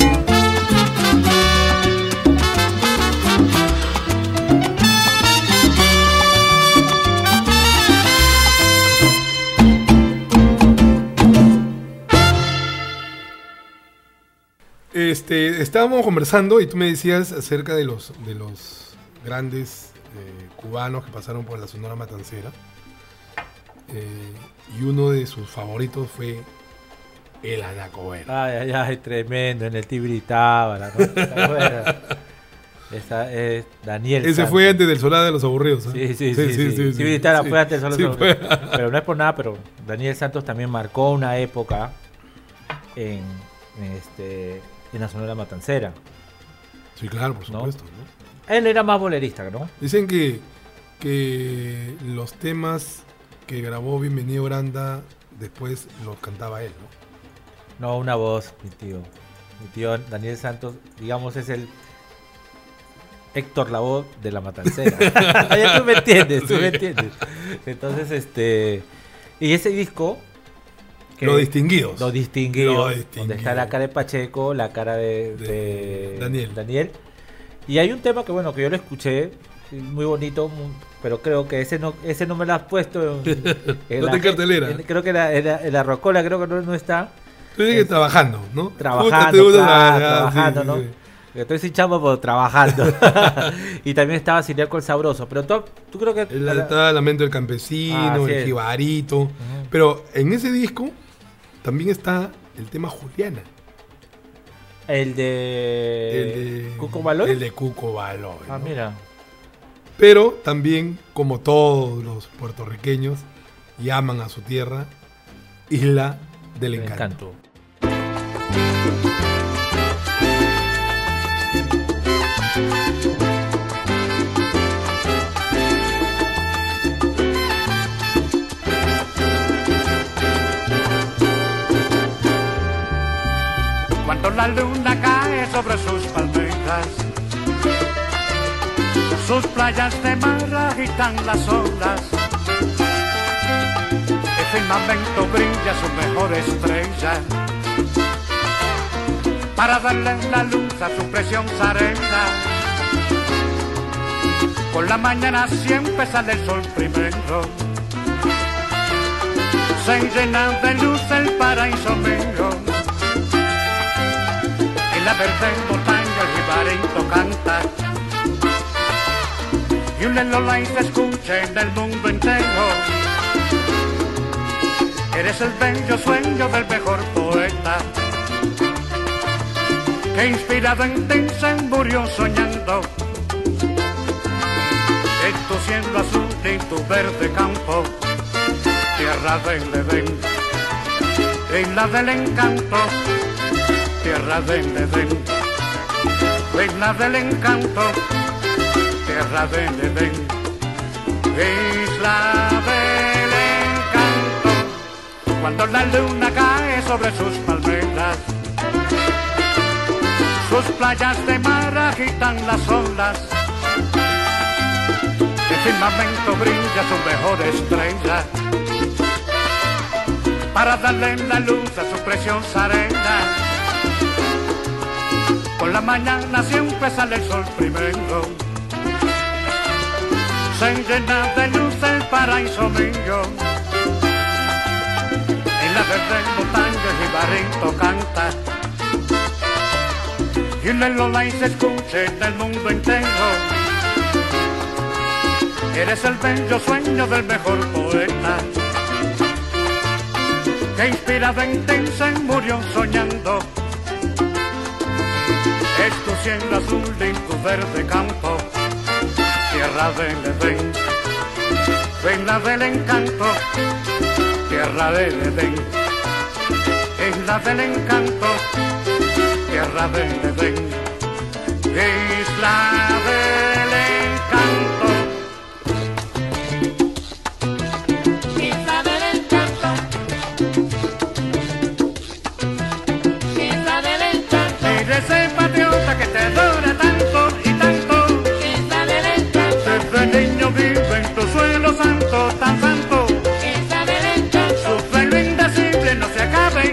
Este, estábamos conversando y tú me decías acerca de los, de los grandes eh, cubanos que pasaron por la Sonora Matancera. Eh, y uno de sus favoritos fue el Anacobera. Ay, ay, ay, tremendo, en el Tibiritábara, ¿no? ¿Te acuerdas? Esa es Daniel Ese Santos. fue antes del Solar de los Aburridos. ¿eh? Sí, sí, sí, sí, sí. Tibiritábara sí. fue antes del Solar de los Sí, fue. Aburridos. Pero no es por nada, pero Daniel Santos también marcó una época en, en este, en la Sonora Matancera. Sí, claro, por ¿No? supuesto. ¿no? Él era más bolerista, ¿no? Dicen que, que los temas que grabó Bienvenido Granda después los cantaba él, ¿no? No, una voz, mi tío. Mi tío Daniel Santos, digamos, es el Héctor Lavoe de la Matancera. Ya tú me entiendes, tú Sí. me entiendes. Entonces, este... Y ese disco... que- Los Distinguidos. Los distinguidos. Los Donde Distinguidos. está la cara de Pacheco, la cara de, De de Daniel. Daniel. Y hay un tema que, bueno, que yo lo escuché, muy bonito, muy- pero creo que ese no ese no me lo has puesto en, en No la te cartelera. en- creo que la, en la, en la Rocola creo que no, no está. Tú dices que Es- trabajando, ¿no? Trabajando, Te gusta claro, trabajar, trabajando, sí, ¿no? sí, sí. Estoy sin chamba, pero trabajando. Y también estaba Siriaco el Sabroso. Pero tú, tú creo que... El, estaba Lamento del Campesino, Así el es. Jibarito. Pero en ese disco también está el tema Juliana. El de... el de Cuco Valor. El de Cuco Valor. Ah, ¿no? mira. Pero también, como todos los puertorriqueños, llaman a su tierra Isla del El Encanto. encanto. Cuando la luna cae sobre sus palmeras, sus playas de mar agitan las olas. El firmamento brilla su mejor estrella para darle la luz a su preciosa arena. Por la mañana siempre sale el sol primero, se llena de luz el paraíso mío. En la verde montaña el jibarito canta y un lelolay se escucha en el mundo entero. Eres el bello sueño del mejor poeta que inspirado en ti se murió soñando en tu cielo azul y tu verde campo, tierra del Edén, isla del encanto, tierra del Edén, isla del encanto, tierra del Edén, isla del encanto. Cuando la luna cae sobre sus palmeras, sus playas de mar agitan las olas. El firmamento brilla su mejor estrella para darle la luz a su preciosa arena. Por la mañana siempre sale el sol primero, se llena de luz el paraíso mío. En la verde montaña el jibarito canta y un lelolay se escucha en el mundo entero. Eres el bello sueño del mejor poeta que inspirado en ti se murió soñando. Es tu cielo azul y tu verde campo, tierra del Edén, isla del encanto, tierra del Edén, isla del encanto, tierra del Edén, isla del encanto. Isla del encanto. Isla del encanto. Eres ese patriota que te adora tanto y tanto. Isla del encanto. Desde niño vive en tu suelo santo, tan santo. Isla del encanto. Su suelo indecible no se acaba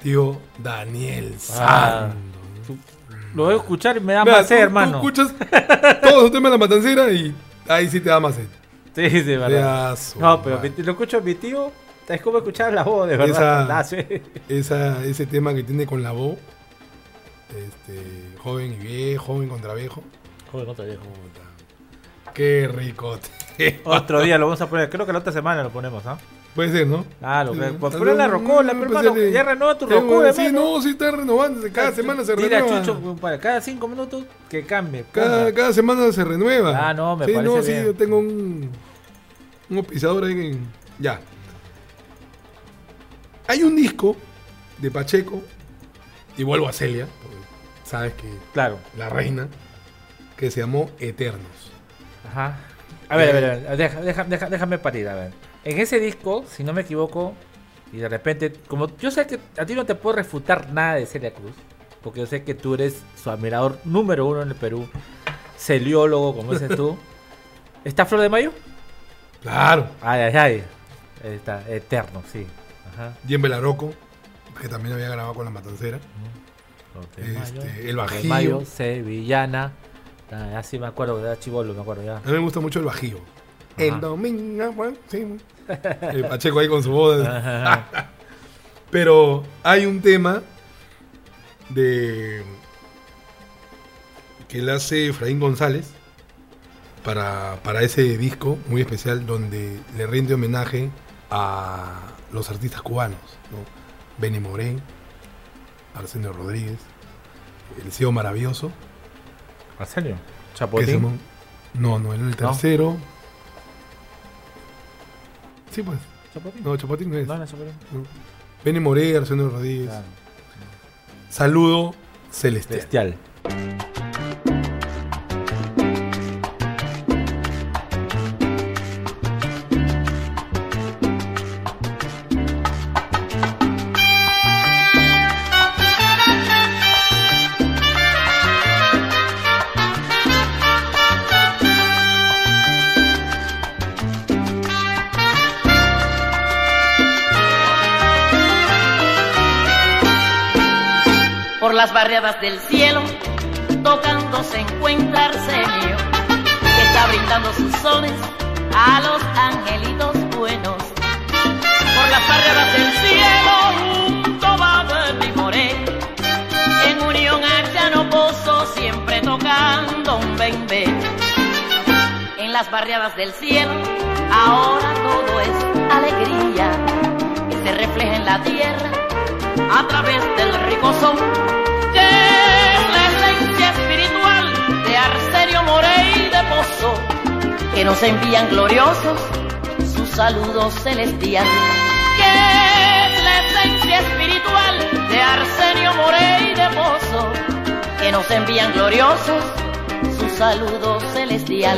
tío Daniel Ah. Sando. Lo voy a escuchar y me da Mira, más sed, tú- hermano. Tú escuchas todos los temas de la matancera y ahí sí te da más sed. Sí, sí, de verdad. Ya, su No, pero madre. mi- lo escucho a mi tío. Es como escuchar la voz, de Esa- verdad. Ah, sí. Esa, ese tema que tiene con la voz, este, joven y viejo, joven contra viejo. Joder, no te dejo. Puta. Qué rico. Otro día lo vamos a poner. Creo que la otra semana lo ponemos, ¿ah? Puede ser, ¿no? Ah, lo que. Sí. Pues ponle la rocola, Mm, pero pues, hermano. dale. Ya renueva tu Sí, rocola, sí, hermano. no, sí está renovándose. Cada semana se Dile a renueva. Chucho para cada cinco minutos que cambie. Cada, ponga. cada semana se renueva. Ah, no, me sí, parece no, sí, bien. yo tengo un, un pisador ahí que... Ya. Hay un disco de Pacheco, y vuelvo a Celia, porque sabes que Claro. la reina, que se llamó Eternos. Ajá. A ver, a ver, a ver, deja- deja- deja- déjame parir, a ver. En ese disco, si no me equivoco, y de repente, como yo sé que a ti no te puedo refutar nada de Celia Cruz, porque yo sé que tú eres su admirador número uno en el Perú, celiólogo, como dices tú. ¿Está Flor de Mayo? Claro. Ay, ay, ay. Está Eterno, sí. Ajá. Jim Belaroco, que también había grabado con La Matancera. Flor de Este, Mayo, el Flor de Bajío. Mayo, Sevillana. Ah, así me acuerdo, que era chibolo, me acuerdo ya. A mí me gusta mucho el Bajío. Ajá. El domingo, bueno, sí. El Pacheco ahí con su voz. Ajá. Pero hay un tema de que le hace Efraín González para, para ese disco muy especial donde le rinde homenaje a los artistas cubanos, ¿no? Benny Moré, Arsenio Rodríguez, El Ciego Maravilloso. Arsenio, que Chapotín. se mon- No, no, era el tercero. Sí, pues. Chapotín. No, Chapotín no es. No, no, Chapotín. No. Benny Moré, Arsenio Rodríguez. Claro. Saludo celestial. Bestial. Por las barriadas del cielo, tocando se encuentra Arsenio, que está brindando sus sones a los angelitos buenos. Por las barriadas del cielo, junto va Benny Moré, en unión a Llano Pozo, siempre tocando un bembe. En las barriadas del cielo, ahora todo es alegría, que se refleja en la tierra a través del rico son, que es la esencia espiritual de Arsenio Moré y de Pozo, que nos envían gloriosos su saludo celestial. Que es la esencia espiritual de Arsenio Moré y de Pozo, que nos envían gloriosos su saludo celestial.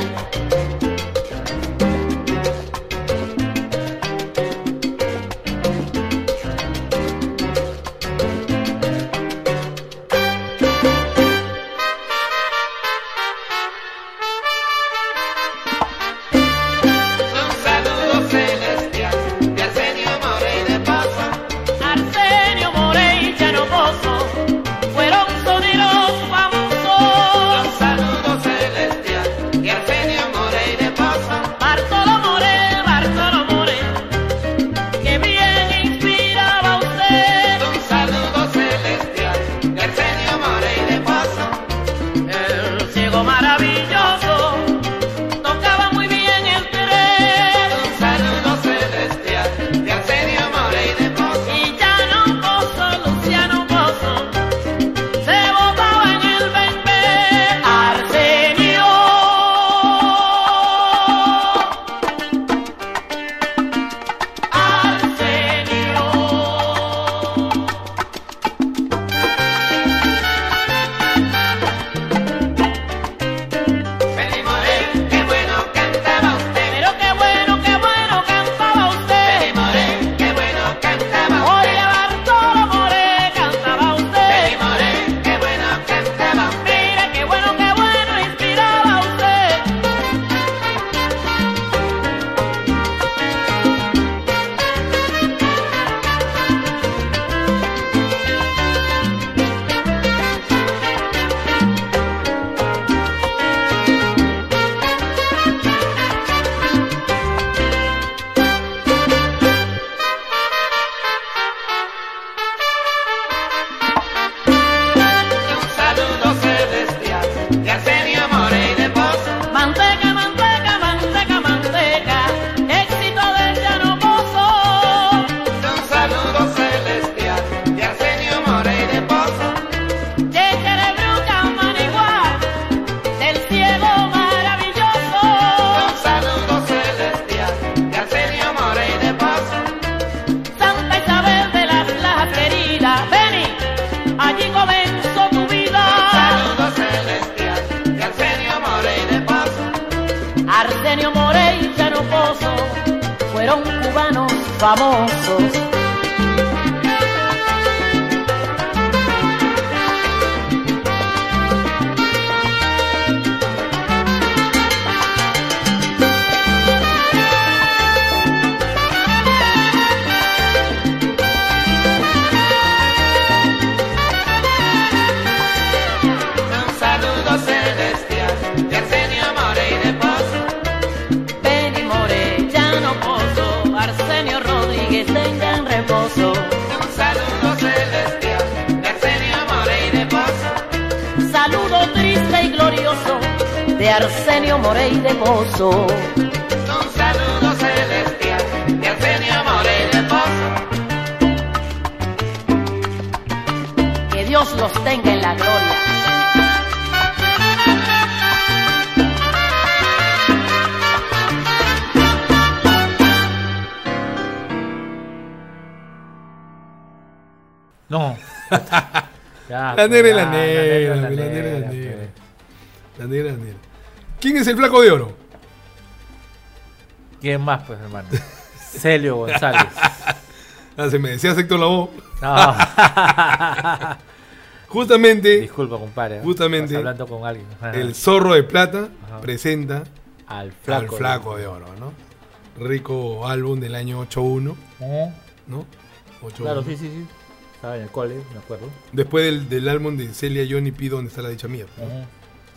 Un saludo celestial de Arsenio Moré y de Pozo. Arsenio Moré y Llano Pozo fueron soneros famosos. Un saludo celestial de Arsenio Moré y cubanos famosos. De Arsenio Morey de Pozo. Un saludo celestial de Arsenio Morey de Pozo. Que Dios los tenga en la gloria. No. Ya, La negra y la ya, negra, la la negra y la negra, negra. La negra, la negra. ¿Quién es el flaco de oro? ¿Quién más, pues, hermano? Celio González. Ah, se me decía Héctor Lavoe. No. Justamente, Disculpa, compadre. ¿eh? Justamente, Estás hablando con alguien. Ajá. el Zorro de Plata Ajá. presenta Al flaco. al Flaco de Oro, ¿no? Rico álbum del año ochenta y uno, Ajá. ¿no? ochenta y uno. Claro, sí, sí, sí. Estaba en el cole, me acuerdo. Después del, del álbum de Celia Johnny P, donde está la dicha mía. ¿no? Ajá.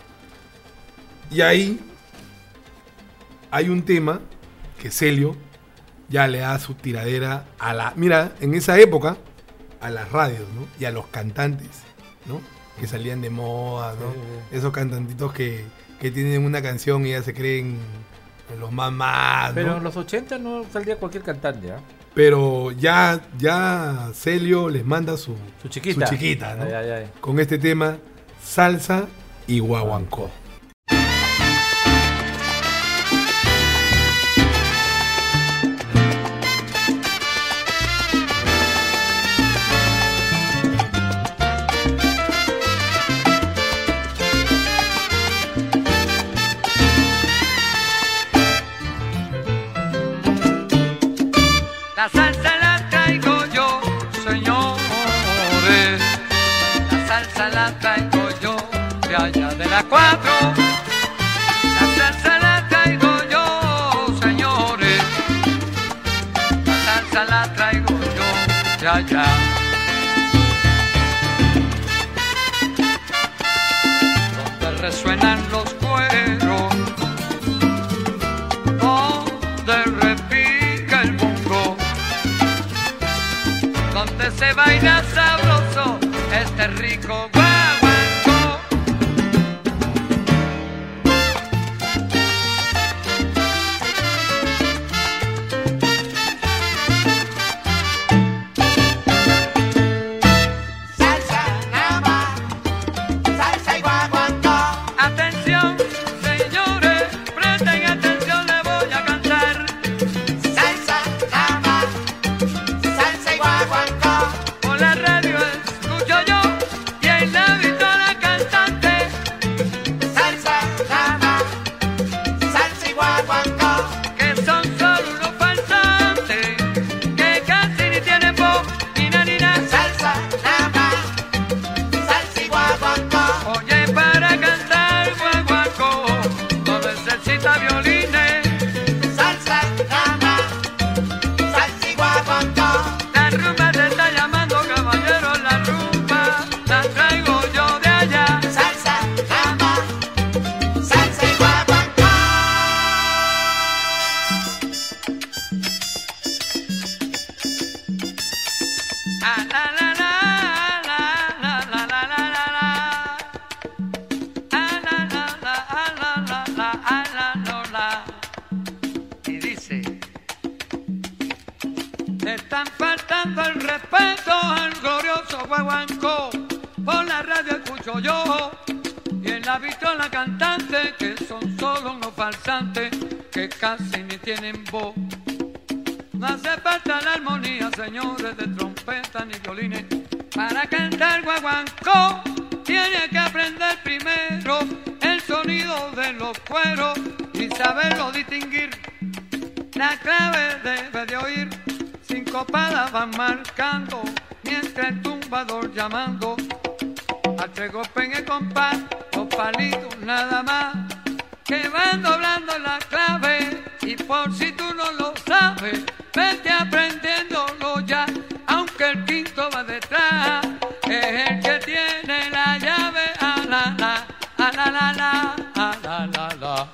Y ahí hay un tema que Celio ya le da su tiradera a la... Mira, en esa época, a las radios, ¿no? Y a los cantantes, ¿no? Que salían de moda, ¿no? Sí. Esos cantantitos que, que tienen una canción y ya se creen los más más, ¿no? Pero en los ochenta no saldría cualquier cantante, ¿ah? Pero ya, ya Celio les manda su, Su chiquita. su chiquita, ¿no? Ay, ay, ay. Con este tema, Salsa y Guaguancó. La salsa la traigo yo, señores. La salsa la traigo yo de allá de la cuatro. La salsa la traigo yo, señores. La salsa la traigo yo de allá. Donde resuenan los cueros, donde repica el bongo, donde se baila sabroso este rico guaguancó. Salsa nada más, salsa y guaguancó. Atención, señores, presten atención, le voy a cantar. Salsa nada más, salsa y guaguancó. Por la radio escucho yo y en la vitola cantante. Salsa nada más, salsa y guaguancó. Que son solo unos falsantes, que casi ni tienen voz ni na ni na. Salsa nada más, salsa y guaguancó. Oye, para cantar guaguancó, no necesita violines. Salsa nada más, salsa y guaguancó. La rumba te está llamando, caballero, la rumba la traigo yo de allá. Salsa nada más, salsa y guaguancó. Ah, la, la, la, la, la, la, la, la, la, la. Ah, la, la, la, ah, la, la, la, ah, la, la, la. Y dice: te están faltando el respeto al glorioso guaguancó. Por la radio escucho yo y en la vitola cantante, que son solo unos falsantes que casi ni tienen voz. No hace falta la armonía, señores, de trompeta ni violines. Para cantar guaguancó, tiene que aprender primero el sonido de los cueros y saberlo distinguir. La clave debe de oír, sincopadas van marcando, mientras el tumbador llamando. Al tregope en el compás, los palitos nada más, que van doblando la clave, y por si tú no lo sabes, vete aprendiéndolo ya, aunque el quinto va detrás, es el que tiene la llave, a la la, a la la la, a la la la.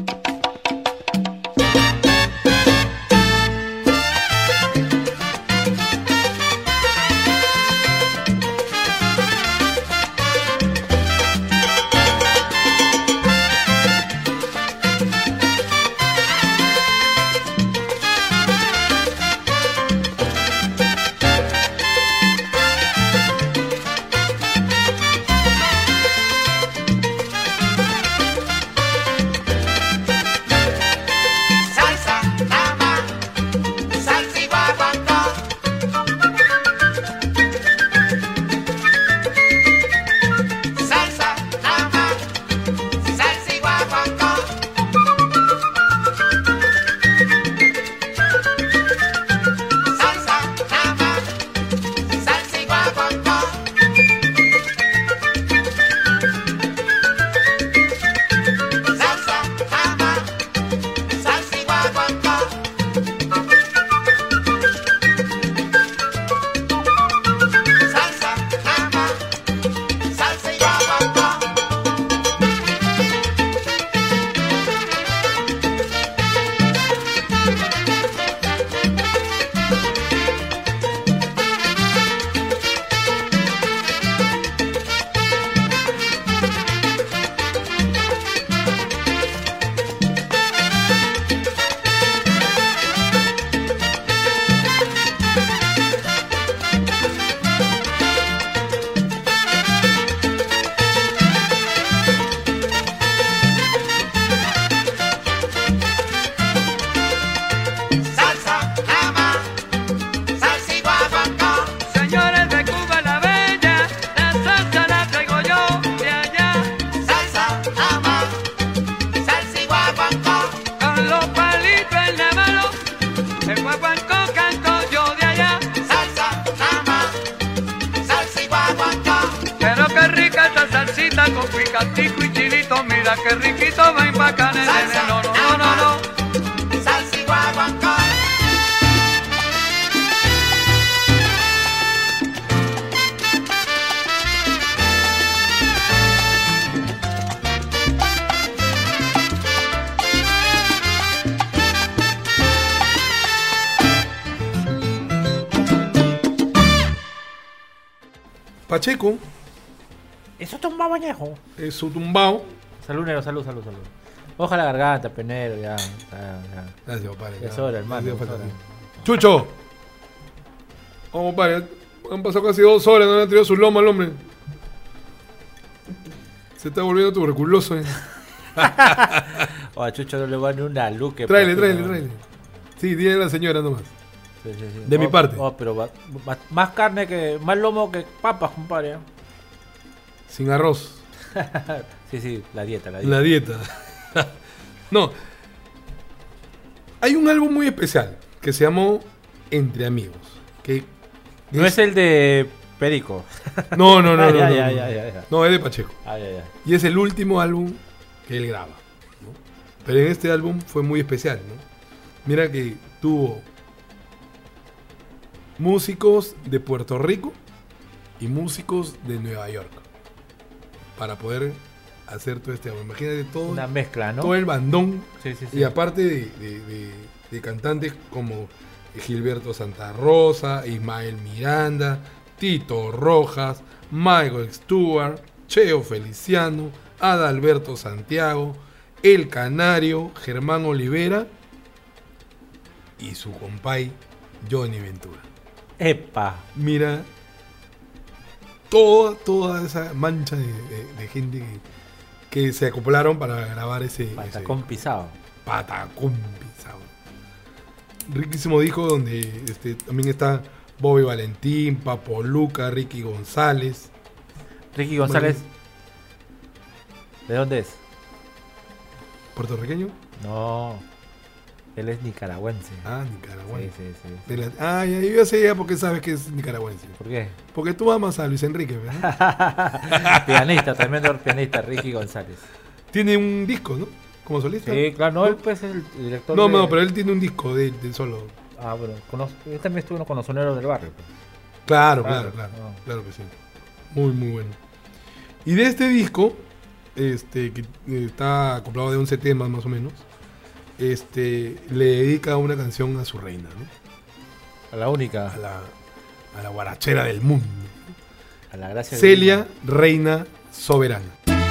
Con picantico y chilito, mira que riquito va en bacana. No, no, no, no, no. Salsa y guaguancó. Pacheco Eso es tumbado, añejo. es su tumbao. Salud, negro, salud, salud, salud. Oja la garganta, penero, ya. ya, ya. Gracias, compadre. Es ya. hora, hermano, Gracias, es compadre. hora. Chucho. Vamos, compadre. Han pasado casi dos horas, no le han traído su loma al hombre. Se está volviendo tuberculoso, eh. O a Chucho no le va ni una luz que. Tráele, porque tráele, no- tráele. Sí, dile a la señora nomás. Sí, sí, sí. De mi Oh, parte. Oh, pero va- va- más carne que. Más lomo que papas, compadre. Sin arroz. Sí, sí, la dieta, la dieta. La dieta. No. Hay un álbum muy especial que se llamó Entre Amigos. Que No es el de Perico. No, no, no, no. Ya, no, ya, no. ya, ya, ya. No, es de Pacheco. Ah, ya, ya. Y es el último álbum que él graba, ¿no? Pero en este álbum fue muy especial, ¿no? Mira que tuvo músicos de Puerto Rico y músicos de Nueva York para poder hacer todo este álbum. Imagínate todo, Una mezcla, ¿no? todo el bandón. Sí, sí, sí. Y aparte de, de- de- de cantantes como Gilberto Santa Rosa, Ismael Miranda, Tito Rojas, Michael Stewart, Cheo Feliciano, Adalberto Santiago, El Canario, Germán Olivera y su compay Johnny Ventura. Epa. Mira toda, toda esa mancha de, de- de gente que, que se acoplaron para grabar ese ese- Patacón pisado. Patacón pisado. Riquísimo disco donde este, también está Bobby Valentín, Papo Luca, Ricky González. Ricky González. ¿De dónde es? ¿Puertorriqueño? No. Él es nicaragüense. Ah, nicaragüense. Sí, sí, sí. De la- Ah, ya, yo ya sé ya por qué sabes que es nicaragüense. ¿Por qué? Porque tú amas a Luis Enrique, ¿verdad? Pianista, tremendo pianista, Ricky González. Tiene un disco, ¿no? Como solista. Sí, claro, no, él pues es el director No, de... no, pero él tiene un disco de, de solo. Ah, bueno, conozco... yo también estuve con los soneros del barrio. Pues. Claro, Claro, claro, claro. no. Claro que sí. Muy, muy bueno. Y de este disco, este, que eh, está acoplado de once temas más o menos, este, le dedica una canción a su reina, ¿no? A la única, A la, a la guarachera del mundo. a la gracia de Celia, reina soberana.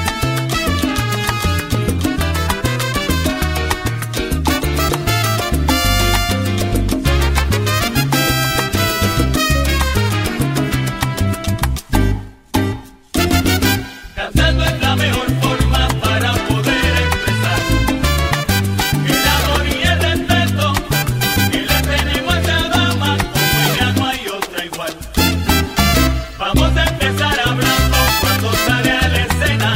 Cantando es la mejor forma para poder expresar el amor y el respeto que le tenemos a esta dama, como ella no hay otra igual. Vamos a empezar hablando cuando sale a la escena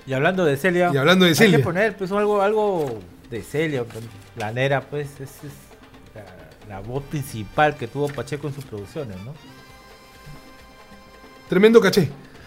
Y hablando de Celia, Y hablando de hay Celia. que poner pues algo, algo de Celia. La Nera, pues, es, es la, la voz principal que tuvo Pacheco en sus producciones, ¿no? Tremendo caché.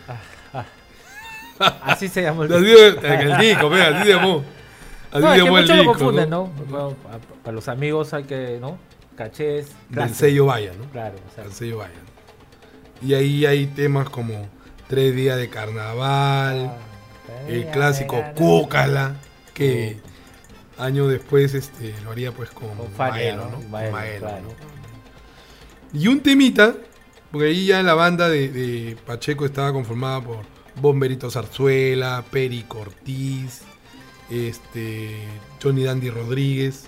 Así se llamó el Así de- el disco, vea, así se llamó. Así No, se es que llamó el muchos lo disco, confunden, ¿no? ¿no? Bueno, a- para los amigos hay que, ¿no? Cachés. Del clase. sello Vaya, ¿no? Claro, o sea, Del sello Vaya. Y ahí hay temas como Tres días de carnaval, Ah, el clásico Cúcala, que años después este, lo haría pues con, Con Fania, Maelo, ¿no? ¿no? Con Maelo, Maelo, claro. ¿no? Y un temita, porque ahí ya la banda de, de Pacheco estaba conformada por Bomberito Zarzuela, Peri Cortiz, este, Johnny Dandy Rodríguez,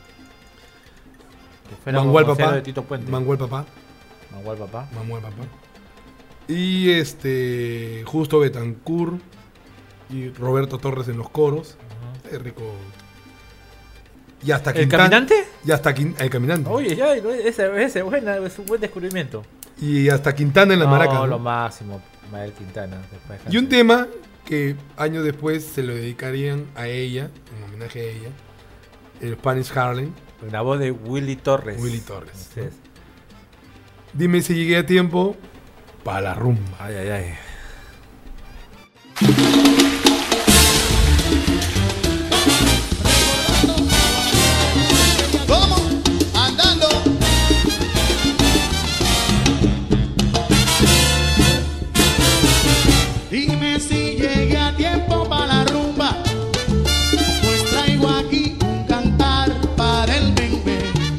que fuera Mangual vocero Papá, de Tito Puente. Mangual Papá, Mangual Papá. Mangual Papá, y este, Justo Betancourt y Roberto Torres en los coros, es rico. Y hasta ¿El Quintan- Caminante? Y hasta Quin- el Caminante. Oye, ya, ese, ese buena, es un buen descubrimiento. Y hasta Quintana en las No, maracas. ¿no? lo máximo, Mael Quintana. después de Y un Hansi. tema que años después se lo dedicarían a ella, en homenaje a ella, el Spanish Harlem, La voz de Willy Torres. Willy Torres. Así es. Dime si llegué a tiempo para la rumba. Ay, ay, ay. ¿Cómo? Andando. Dime si llegué a tiempo para la rumba. Pues traigo aquí un cantar para el bebé.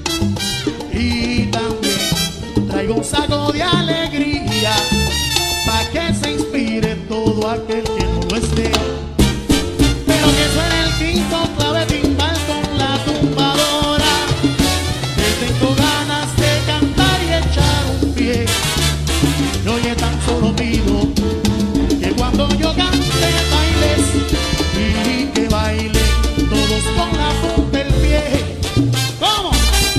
Y también traigo un saco de alegría para que se inspire todo aquel que no lo esté. Pero que suene el quinto clave timbal con la tumbadora, que tengo ganas de cantar y echar un pie. Y oye, tan solo pido que cuando yo cante bailes y que bailen todos con la punta del pie. ¿Cómo?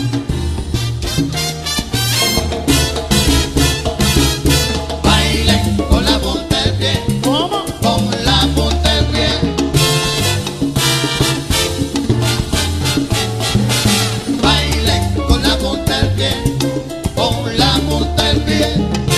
Bailen con la punta del pie. ¿Cómo? Con la punta del pie. Bailen con la punta del pie, con la punta del pie.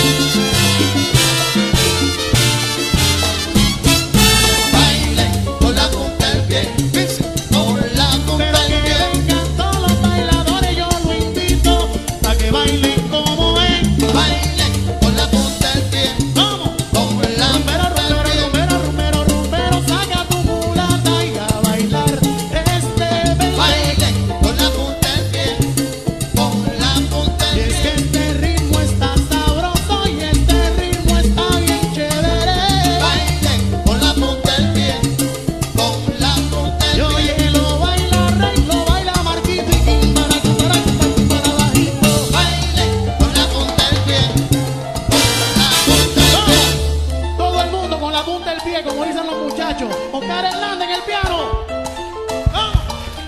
Bailen con la punta del pie, con la punta del pie. Pero que vengan todos los bailadores, yo lo invito a que bailen como es. Bailen con la punta del pie, ¿cómo? Con la punta del pie. Rumbero, rumbero, rumbero, saca tu mulata y a bailar este baile. Bailen con la punta del pie, con la punta del pie. Y es que este ritmo está sabroso y este ritmo está bien chévere. Bailen con la punta del pie, con la punta del pie. Y oye, lo baila Rey, lo baila Marquito y Quimbara, Quimbara, Quimbara, bajito. Bailen con la punta del pie, con la punta del pie. Todo el mundo con la punta del pie, como dicen los muchachos. Oscar Hernández en el piano. ¡Vamos!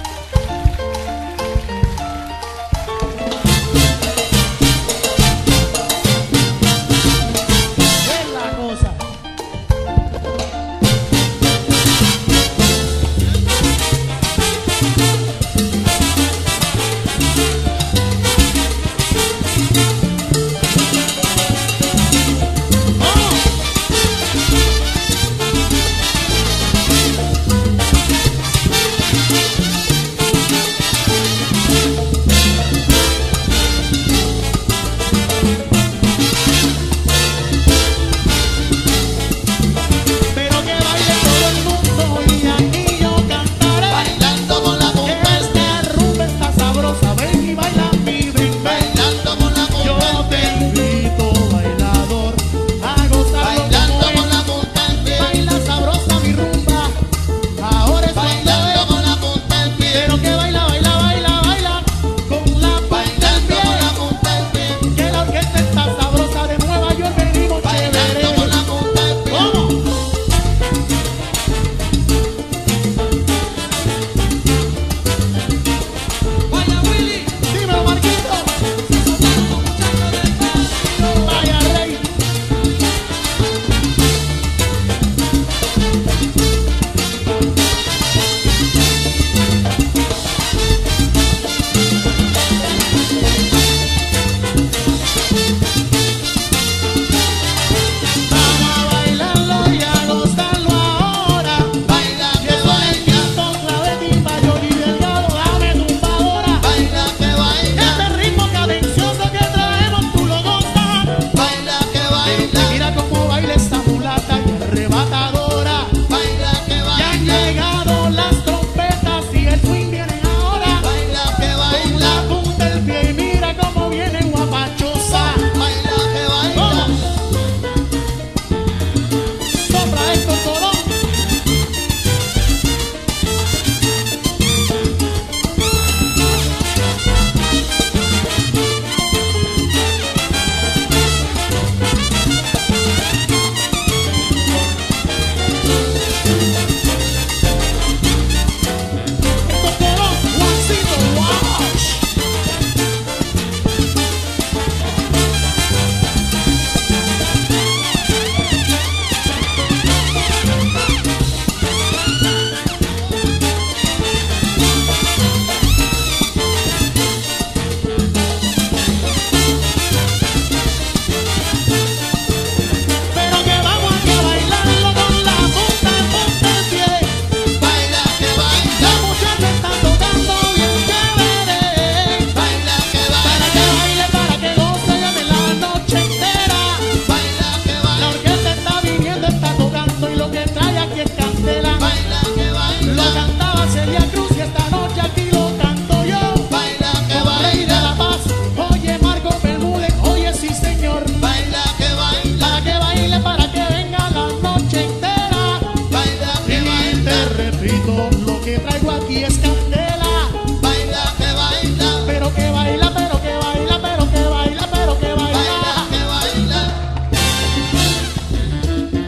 Es la cosa. ¡Vamos!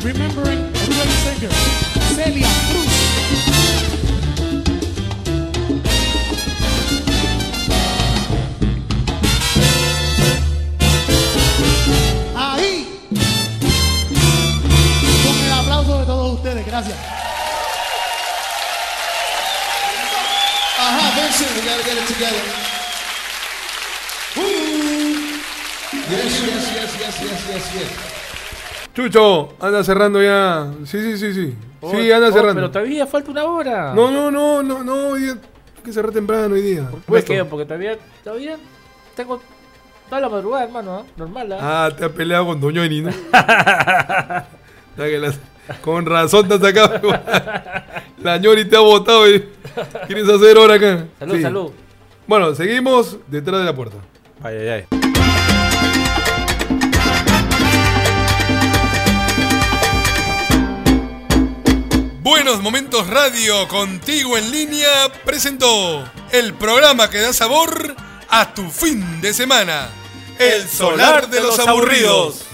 remembering a great singer, Celia Cruz. Ahí, con el aplauso de todos ustedes, gracias. Ajá, Vincent, we gotta get it together. Ooh. Yes, yes, yes, yes, yes, yes, yes. Chucho, anda cerrando ya. Sí, sí, sí, sí. Oh, Sí, anda oh, cerrando. Pero todavía falta una hora. No, no, no, no, no, hoy día hay que cerrar temprano hoy día. Me Puesto. quedo porque todavía, todavía tengo toda la madrugada, hermano, ¿eh? Normal, ¿eh? Ah, te has peleado con Doñoni, ¿no? Ya que las- Con razón te has sacado. La ñori te ha botado y quieres hacer hora acá. Salud, Sí. salud. Bueno, seguimos detrás de la puerta. Ay, ay, ay. Buenos Momentos Radio, contigo en línea, presentó el programa que da sabor a tu fin de semana. El Solar de los Aburridos.